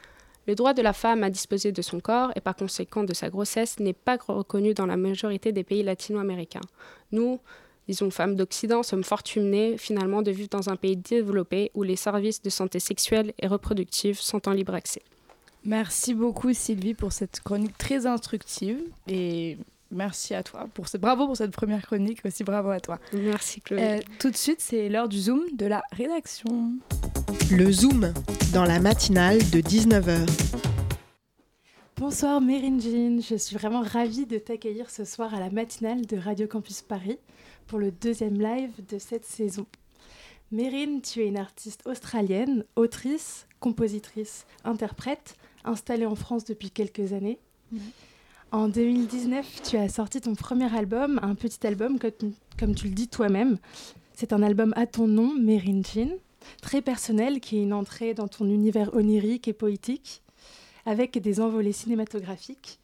Le droit de la femme à disposer de son corps et par conséquent de sa grossesse n'est pas reconnu dans la majorité des pays latino-américains. Nous, disons femmes d'Occident, sommes fortunées finalement de vivre dans un pays développé où les services de santé sexuelle et reproductive sont en libre accès. Merci beaucoup Sylvie pour cette chronique très instructive et merci à toi. Pour ce... Bravo pour cette première chronique, aussi bravo à toi. Merci Chloé. Euh, tout de suite, c'est l'heure du Zoom de la rédaction. Le Zoom, dans la matinale de dix-neuf heures. Bonsoir Mérine Jean, je suis vraiment ravie de t'accueillir ce soir à la matinale de Radio Campus Paris pour le deuxième live de cette saison. Mérine, tu es une artiste australienne, autrice, compositrice, interprète, installée en France depuis quelques années. Mmh. En deux mille dix-neuf, tu as sorti ton premier album, un petit album, comme, comme tu le dis toi-même. C'est un album à ton nom, Mérine Jean, très personnel, qui est une entrée dans ton univers onirique et poétique, avec des envolées cinématographiques.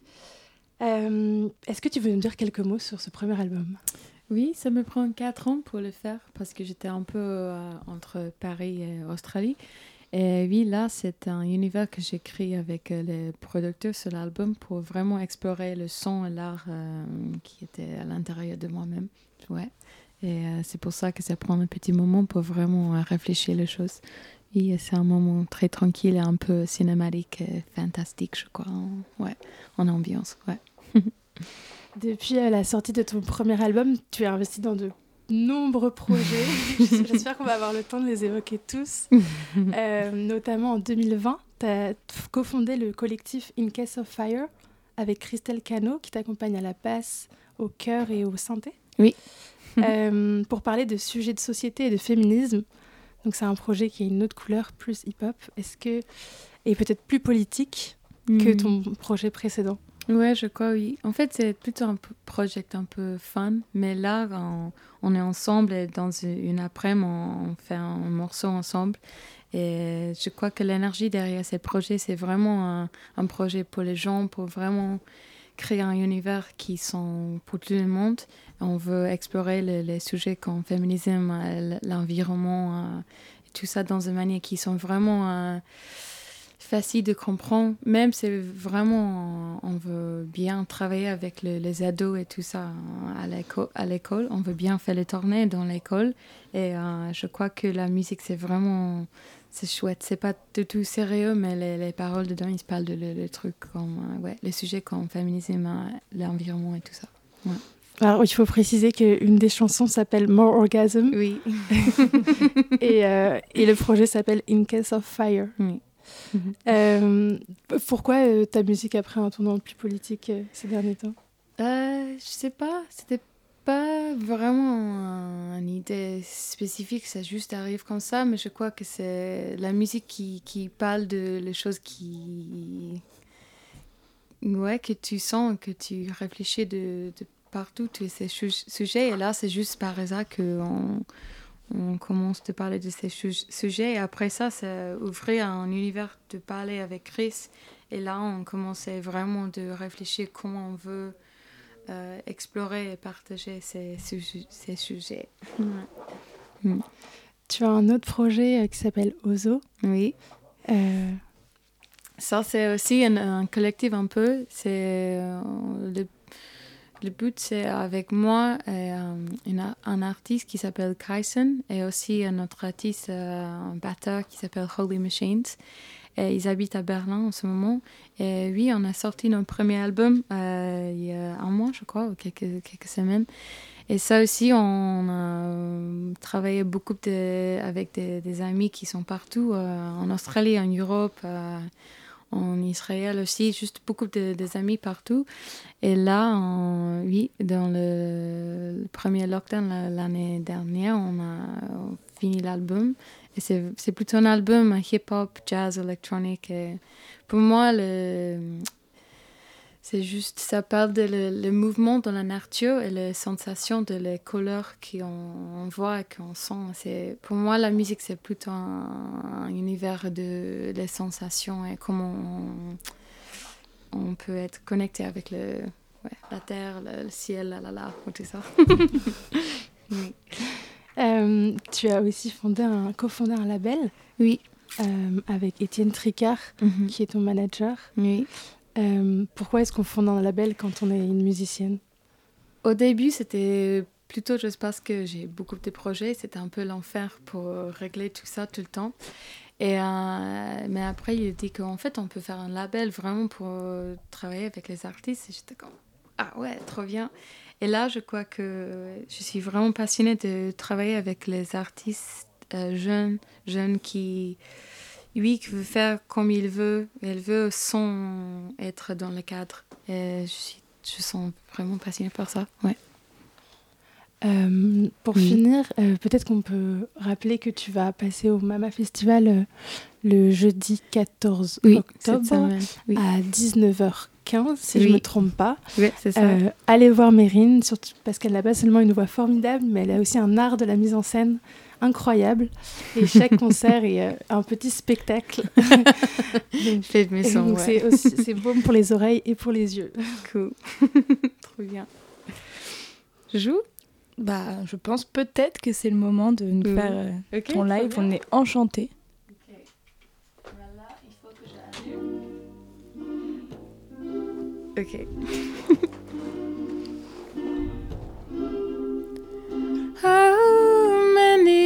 Euh, est-ce que tu veux nous dire quelques mots sur ce premier album ? Oui, ça me prend quatre ans pour le faire, parce que j'étais un peu euh, entre Paris et Australie. Et oui, là, c'est un univers que j'ai créé avec euh, les producteurs sur l'album pour vraiment explorer le son et l'art euh, qui était à l'intérieur de moi-même. Ouais. Et euh, c'est pour ça que ça prend un petit moment pour vraiment euh, réfléchir les choses. Oui, c'est un moment très tranquille et un peu cinématique et fantastique, je crois. En, ouais, en ambiance, ouais. Depuis euh, la sortie de ton premier album, tu es investi dans de nombreux projets. J'espère qu'on va avoir le temps de les évoquer tous. euh, notamment en deux mille vingt, tu as cofondé le collectif In Case of Fire avec Christelle Cano, qui t'accompagne à la basse, au chœur et au synthé. Oui. euh, pour parler de sujets de société et de féminisme. Donc c'est un projet qui a une autre couleur, plus hip-hop. Est-ce que... Et peut-être plus politique mmh. que ton projet précédent. Ouais, je crois, oui. En fait, c'est plutôt un p- projet un peu fun, mais là, on, on est ensemble et dans une après-midi, on fait un morceau ensemble. Et je crois que l'énergie derrière ces projets, c'est vraiment un, un projet pour les gens, pour vraiment créer un univers qui sont pour tout le monde. On veut explorer les, les sujets comme féminisme, l'environnement, euh, et tout ça dans une manière qui sont vraiment... Euh, facile de comprendre, même c'est vraiment, on veut bien travailler avec le, les ados et tout ça à l'école, à l'école. On veut bien faire les tournées dans l'école et euh, je crois que la musique c'est vraiment, c'est chouette. C'est pas du tout sérieux, mais les, les paroles dedans, ils parlent de le, le truc comme, euh, ouais, les sujets comme féminisme, l'environnement et tout ça. Ouais. Alors, il faut préciser qu'une des chansons s'appelle More Orgasm. Oui. et, euh, et le projet s'appelle In Case of Fire. Oui. Euh, pourquoi euh, ta musique a pris un tournant plus politique euh, ces derniers temps? euh, Je sais pas, c'était pas vraiment une idée spécifique, ça juste arrive comme ça, mais je crois que c'est la musique qui, qui parle de les choses qui... Ouais, que tu sens, que tu réfléchis de, de partout, tous ces su- sujets, et là c'est juste par hasard qu'on on commence de parler de ces su- sujets, et après ça, ça ouvrait un univers de parler avec Chris, et là on commençait vraiment de réfléchir comment on veut Euh, explorer et partager ces, su- ces sujets. Ouais. Mm. Tu as un autre projet euh, qui s'appelle Ozo. Oui. Euh... Ça, c'est aussi un, un collectif un peu. C'est, euh, le, le but, c'est avec moi et euh, une, un artiste qui s'appelle Kaisen et aussi un autre artiste, euh, un batteur qui s'appelle Holy Machines. Et ils habitent à Berlin en ce moment. Et oui, on a sorti notre premier album euh, il y a un mois, je crois, ou quelques, quelques semaines. Et ça aussi, on a travaillé beaucoup de, avec des, des amis qui sont partout, euh, en Australie, en Europe, euh, en Israël aussi, juste beaucoup de des amis partout. Et là, on, oui, dans le, le premier lockdown l'année dernière, on a fini l'album. Et c'est, c'est plutôt un album hip-hop, jazz, électronique. Et pour moi, le, c'est juste, ça parle de le, le mouvement dans la nature et les sensations de les couleurs qu'on on voit et qu'on sent. C'est, pour moi, la musique, c'est plutôt un, un univers de les sensations et comment on, on peut être connecté avec le, ouais, la terre, le, le ciel, la la la, tout ça. Oui. Euh, tu as aussi fondé un, cofondé un label. Oui. Euh, avec Étienne Tricard, mm-hmm. qui est ton manager. Oui. Euh, pourquoi est-ce qu'on fonde un label quand on est une musicienne? Au début, c'était plutôt juste parce que j'ai beaucoup de projets. C'était un peu l'enfer pour régler tout ça tout le temps. Et, euh, mais après, il a dit qu'en fait, on peut faire un label vraiment pour travailler avec les artistes. Et j'étais comme, ah ouais, trop bien. Et là, je crois que je suis vraiment passionnée de travailler avec les artistes euh, jeunes, jeunes qui, oui, qui veulent faire comme ils veulent. Elle veut sans être dans le cadre. Et je suis, je sens vraiment passionnée par ça. Ouais. Euh, pour oui. finir, euh, peut-être qu'on peut rappeler que tu vas passer au Mama Festival euh, le jeudi quatorze oui, octobre oui. à dix-neuf heures quinze, si oui. je ne me trompe pas. Oui, c'est ça. Euh, allez voir Mérine, surtout parce qu'elle n'a pas seulement une voix formidable, mais elle a aussi un art de la mise en scène incroyable. Et chaque concert est euh, un petit spectacle. donc, Faites mes sons, donc ouais. c'est, aussi, c'est baume pour les oreilles et pour les yeux. Cool. Trop bien. Je joue? Bah, je pense peut-être que c'est le moment de nous mmh. faire euh, okay, ton live. On est enchantés. Ok. Voilà, il faut que j'allume. Ok. How many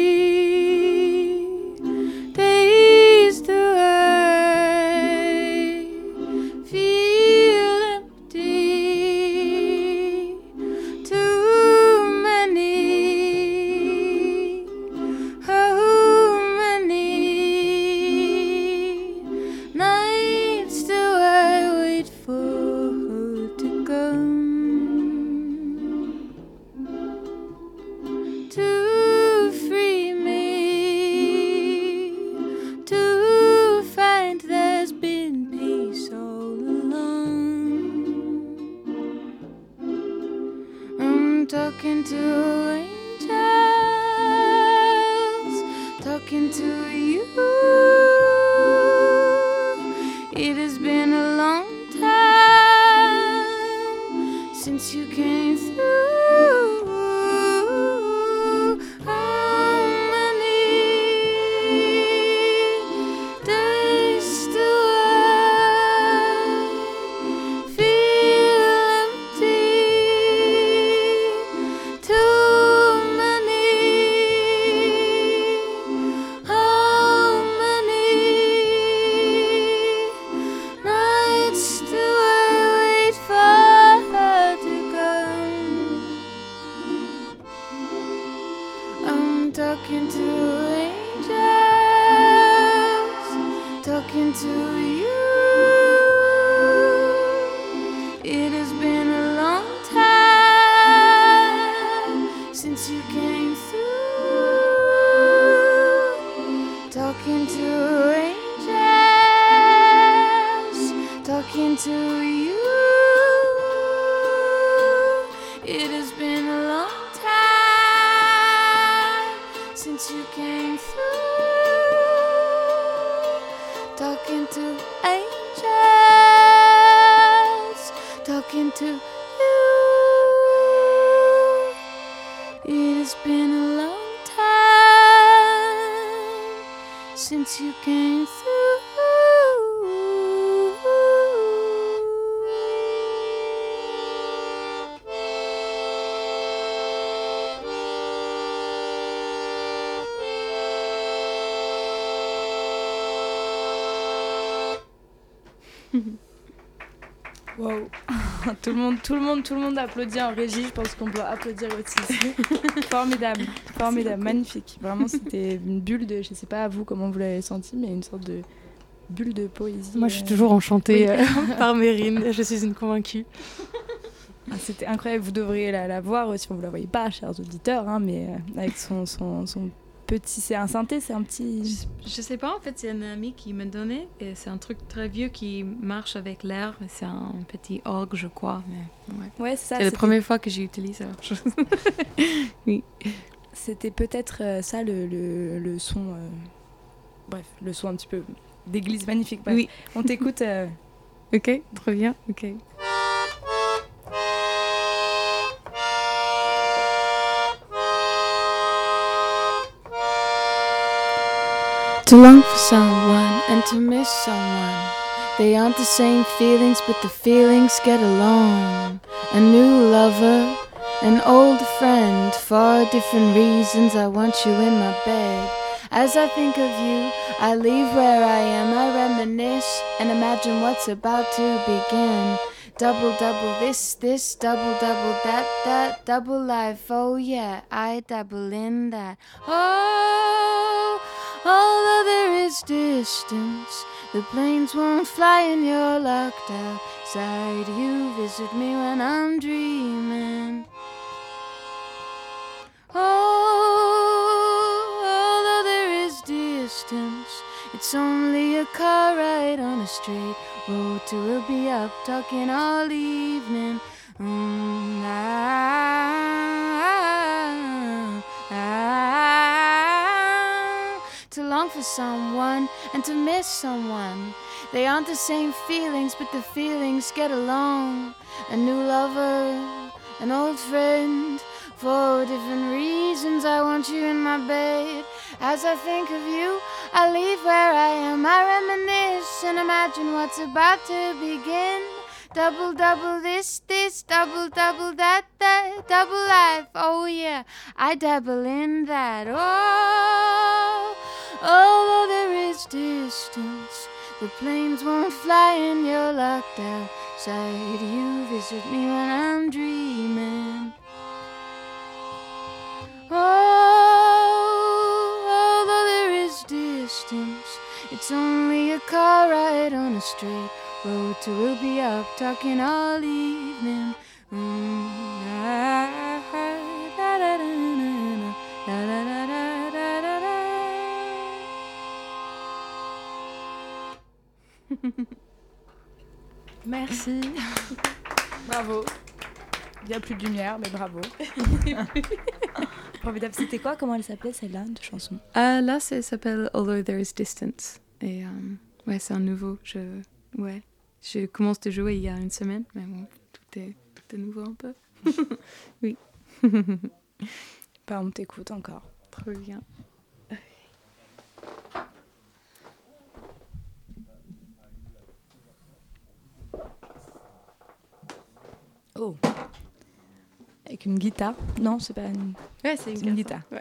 days do I feel empty? Too many. How many nights do I wait for her to come? To free me, to find there's been peace all along. I'm talking to angels, talking to you. It has been a long time since you came through. Nights do I wait for her to come? talking to angels, talking to you. It has been a long time since you came through, talking to angels, talking to you. It has been a long time since you came through, talking to angels, talking to you. It has been a long time since you came through. Wow. tout le monde, tout le monde, tout le monde applaudit en régie. Je pense qu'on doit applaudir aussi. Formidable, formidable, magnifique. Vraiment, c'était une bulle de, je sais pas à vous comment vous l'avez senti, mais une sorte de bulle de poésie. Moi, je suis euh... toujours enchantée oui. euh, par Mérine. Je suis une convaincue. Ah, c'était incroyable. Vous devriez la, la voir aussi. Vous la voyez pas, chers auditeurs, hein, mais euh, avec son, son, son petit, c'est un synthé, c'est un petit. Je, je sais pas, en fait, c'est un ami qui m'a donné. Et c'est un truc très vieux qui marche avec l'air. C'est un petit orgue, je crois. Mais ouais, ouais c'est ça. C'est la première fois que j'utilise la chose. Oui. C'était peut-être euh, ça le, le, le son. Euh... Bref, le son un petit peu d'église magnifique. Bref. Oui. On t'écoute. Euh... Ok, très bien. Ok. To long for someone and to miss someone, they aren't the same feelings, but the feelings get along. A new lover, an old friend, for different reasons I want you in my bed. As I think of you, I leave where I am, I reminisce and imagine what's about to begin. Double, double this, this, double, double that, that, double life, oh yeah, I dabble in that. Oh, although there is distance, the planes won't fly and you're locked outside. You visit me when I'm dreaming. Oh, although there is distance, it's only a car ride on a straight road to we'll be up talking all evening. Mm, ah, ah, to long for someone and to miss someone, they aren't the same feelings, but the feelings get along. A new lover, an old friend, for different reasons I want you in my bed. As I think of you, I leave where I am, I reminisce and imagine what's about to begin. Double, double this, this, double, double that, that, double life, oh yeah, I dabble in that. Oh, although there is distance, the planes won't fly and you're locked outside. You visit me when I'm dreaming. Oh, although there is distance, it's only a car ride on a straight road till we'll be up talking all evening. Mm, ah, da, da, da, da, da, da, da, da, da. Merci. Bravo. Il n'y a plus de lumière, mais bravo. Formidable. C'était quoi? Comment elle s'appelait celle-là de chanson? euh, Là, ça s'appelle Although There Is Distance. Et euh, ouais, c'est un nouveau. Je, ouais, je commence de jouer il y a une semaine, mais bon, tout est, tout est nouveau un peu. Oui. Bah, on t'écoute encore. Trop bien. Oh. Avec une guitare? Non, c'est pas une. Ouais, c'est une, c'est une guitare. Ouais.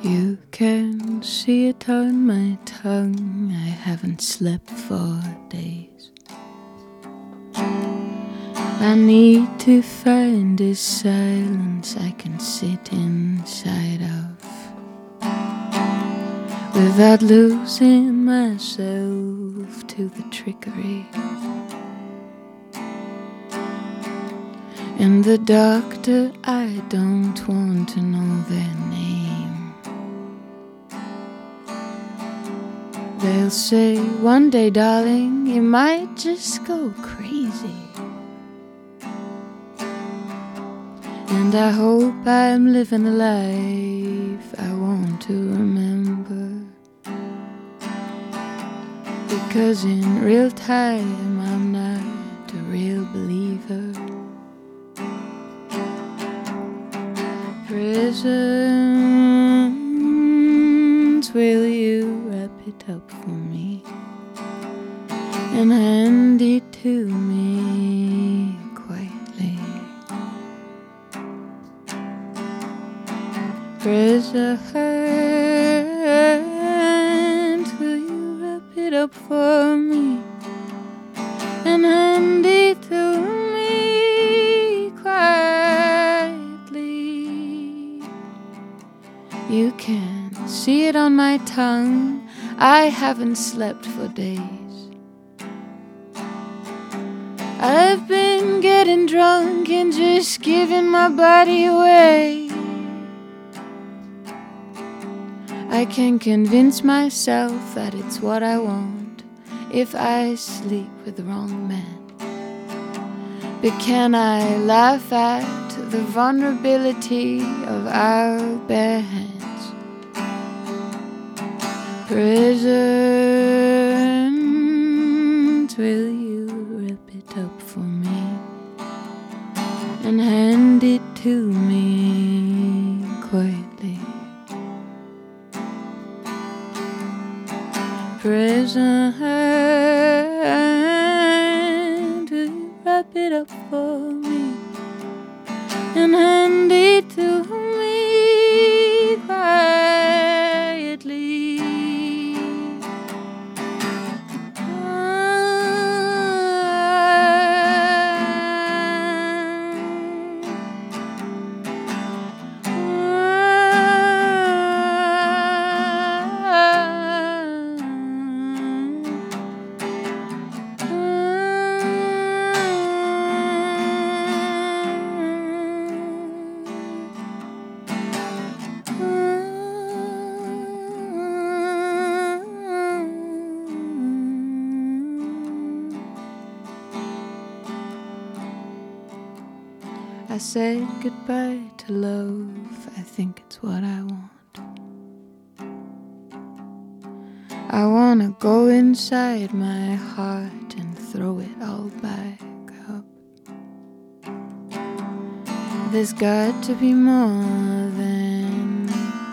You can see it on my tongue. I haven't slept for days. I need to find a silence I can sit inside of without losing myself to the trickery. And the doctor, I don't want to know their name. They'll say, one day, darling, you might just go crazy. And I hope I'm living a life I want to remember. Because in real time I'm not a real believer. Presents, will you wrap it up for me and hand it to me quietly? Present, will you wrap it up for me and hand it to me quietly? You can see it on my tongue. I haven't slept for days. I've been getting drunk and just giving my body away. I can convince myself that it's what I want if I sleep with the wrong man. But can I laugh at the vulnerability of our bare hands? Present, will you rip it up for me and hand it to me quietly? Present, will you wrap it up for me and hand it to me quietly? I said goodbye to love, I think it's what I want. I wanna go inside my heart and throw it all back up. There's got to be more than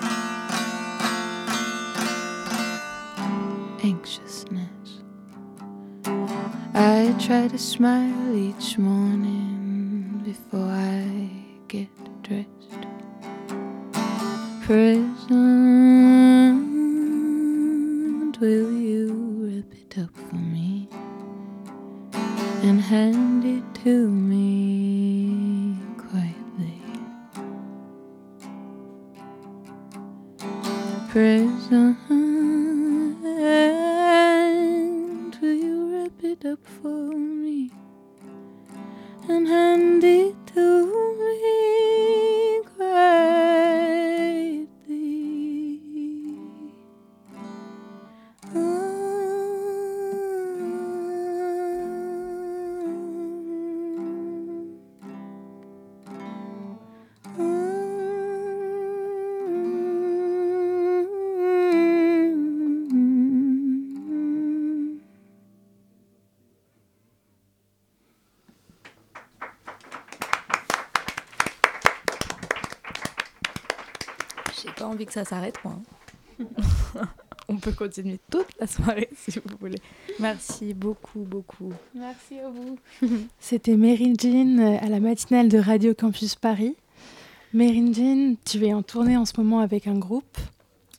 anxiousness. I try to smile each morning before I get dressed. Present, will you rip it up for me and hand it to me quietly? Present, will you rip it up for me and hand it to me quietly? Oh. J'ai pas envie que ça s'arrête, moi. On peut continuer toute la soirée si vous voulez. Merci beaucoup, beaucoup. Merci à vous. C'était Merin Jean à la matinale de Radio Campus Paris. Merin Jean, tu es en tournée en ce moment avec un groupe.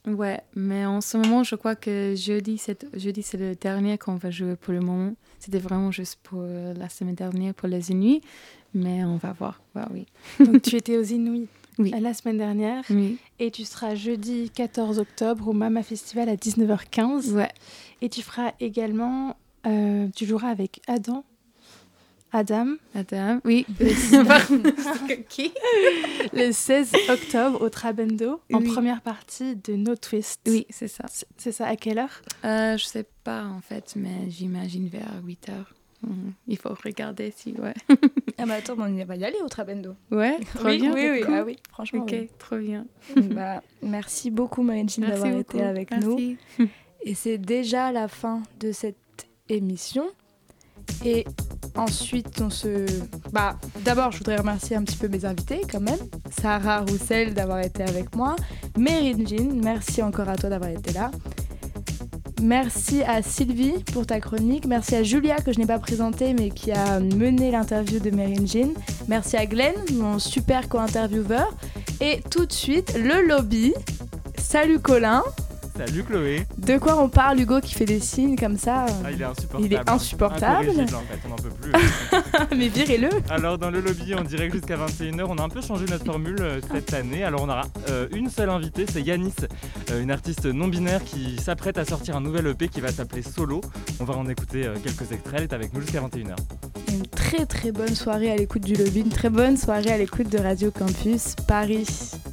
Ouais, mais en ce moment, je crois que jeudi, c'est, jeudi, c'est le dernier qu'on va jouer pour le moment. C'était vraiment juste pour la semaine dernière, pour les Inuits, mais on va voir. Ouais, oui. Donc, tu étais aux Inuits oui. la semaine dernière oui. et tu seras jeudi quatorze octobre au Mama Festival à dix-neuf heures quinze. Ouais. Et tu feras également, euh, tu joueras avec Adam. Adam. Adam, oui. Le, Qui le seize octobre au Trabendo, en oui. première partie de No Twist. Oui, c'est ça. C'est, c'est ça, à quelle heure euh, Je sais pas en fait, mais j'imagine vers huit heures. Mmh. Il faut regarder si, ouais. Ah bah attends, on va y aller au Trabendo. Ouais, trop oui, bien. Oui, oui, cool. ah oui, franchement. Ok, oui. trop bien. Bah, merci beaucoup Marie-Jeanne d'avoir beaucoup. été avec merci. nous. Et c'est déjà la fin de cette émission. Et ensuite, on se... Bah, d'abord, je voudrais remercier un petit peu mes invités, quand même. Sarah Roussel d'avoir été avec moi. Marie-Jeanne, merci encore à toi d'avoir été là. Merci à Sylvie pour ta chronique. Merci à Julia, que je n'ai pas présentée, mais qui a mené l'interview de Marie-Jeanne. Merci à Glenn, mon super co-intervieweur. Et tout de suite, le lobby. Salut Colin. Salut Chloé. De quoi on parle, Hugo, qui fait des signes comme ça? Ah, il est insupportable. Il est insupportable. Incorrigible, en fait, on n'en peut plus. Mais virez-le. Alors dans le lobby, en direct jusqu'à vingt et une heures, on a un peu changé notre formule euh, cette année. Alors on aura euh, une seule invitée, c'est Yanis, euh, une artiste non-binaire qui s'apprête à sortir un nouvel E P qui va s'appeler Solo. On va en écouter euh, quelques extraits, elle est avec nous jusqu'à vingt et une heures. Une très très bonne soirée à l'écoute du lobby, une très bonne soirée à l'écoute de Radio Campus Paris.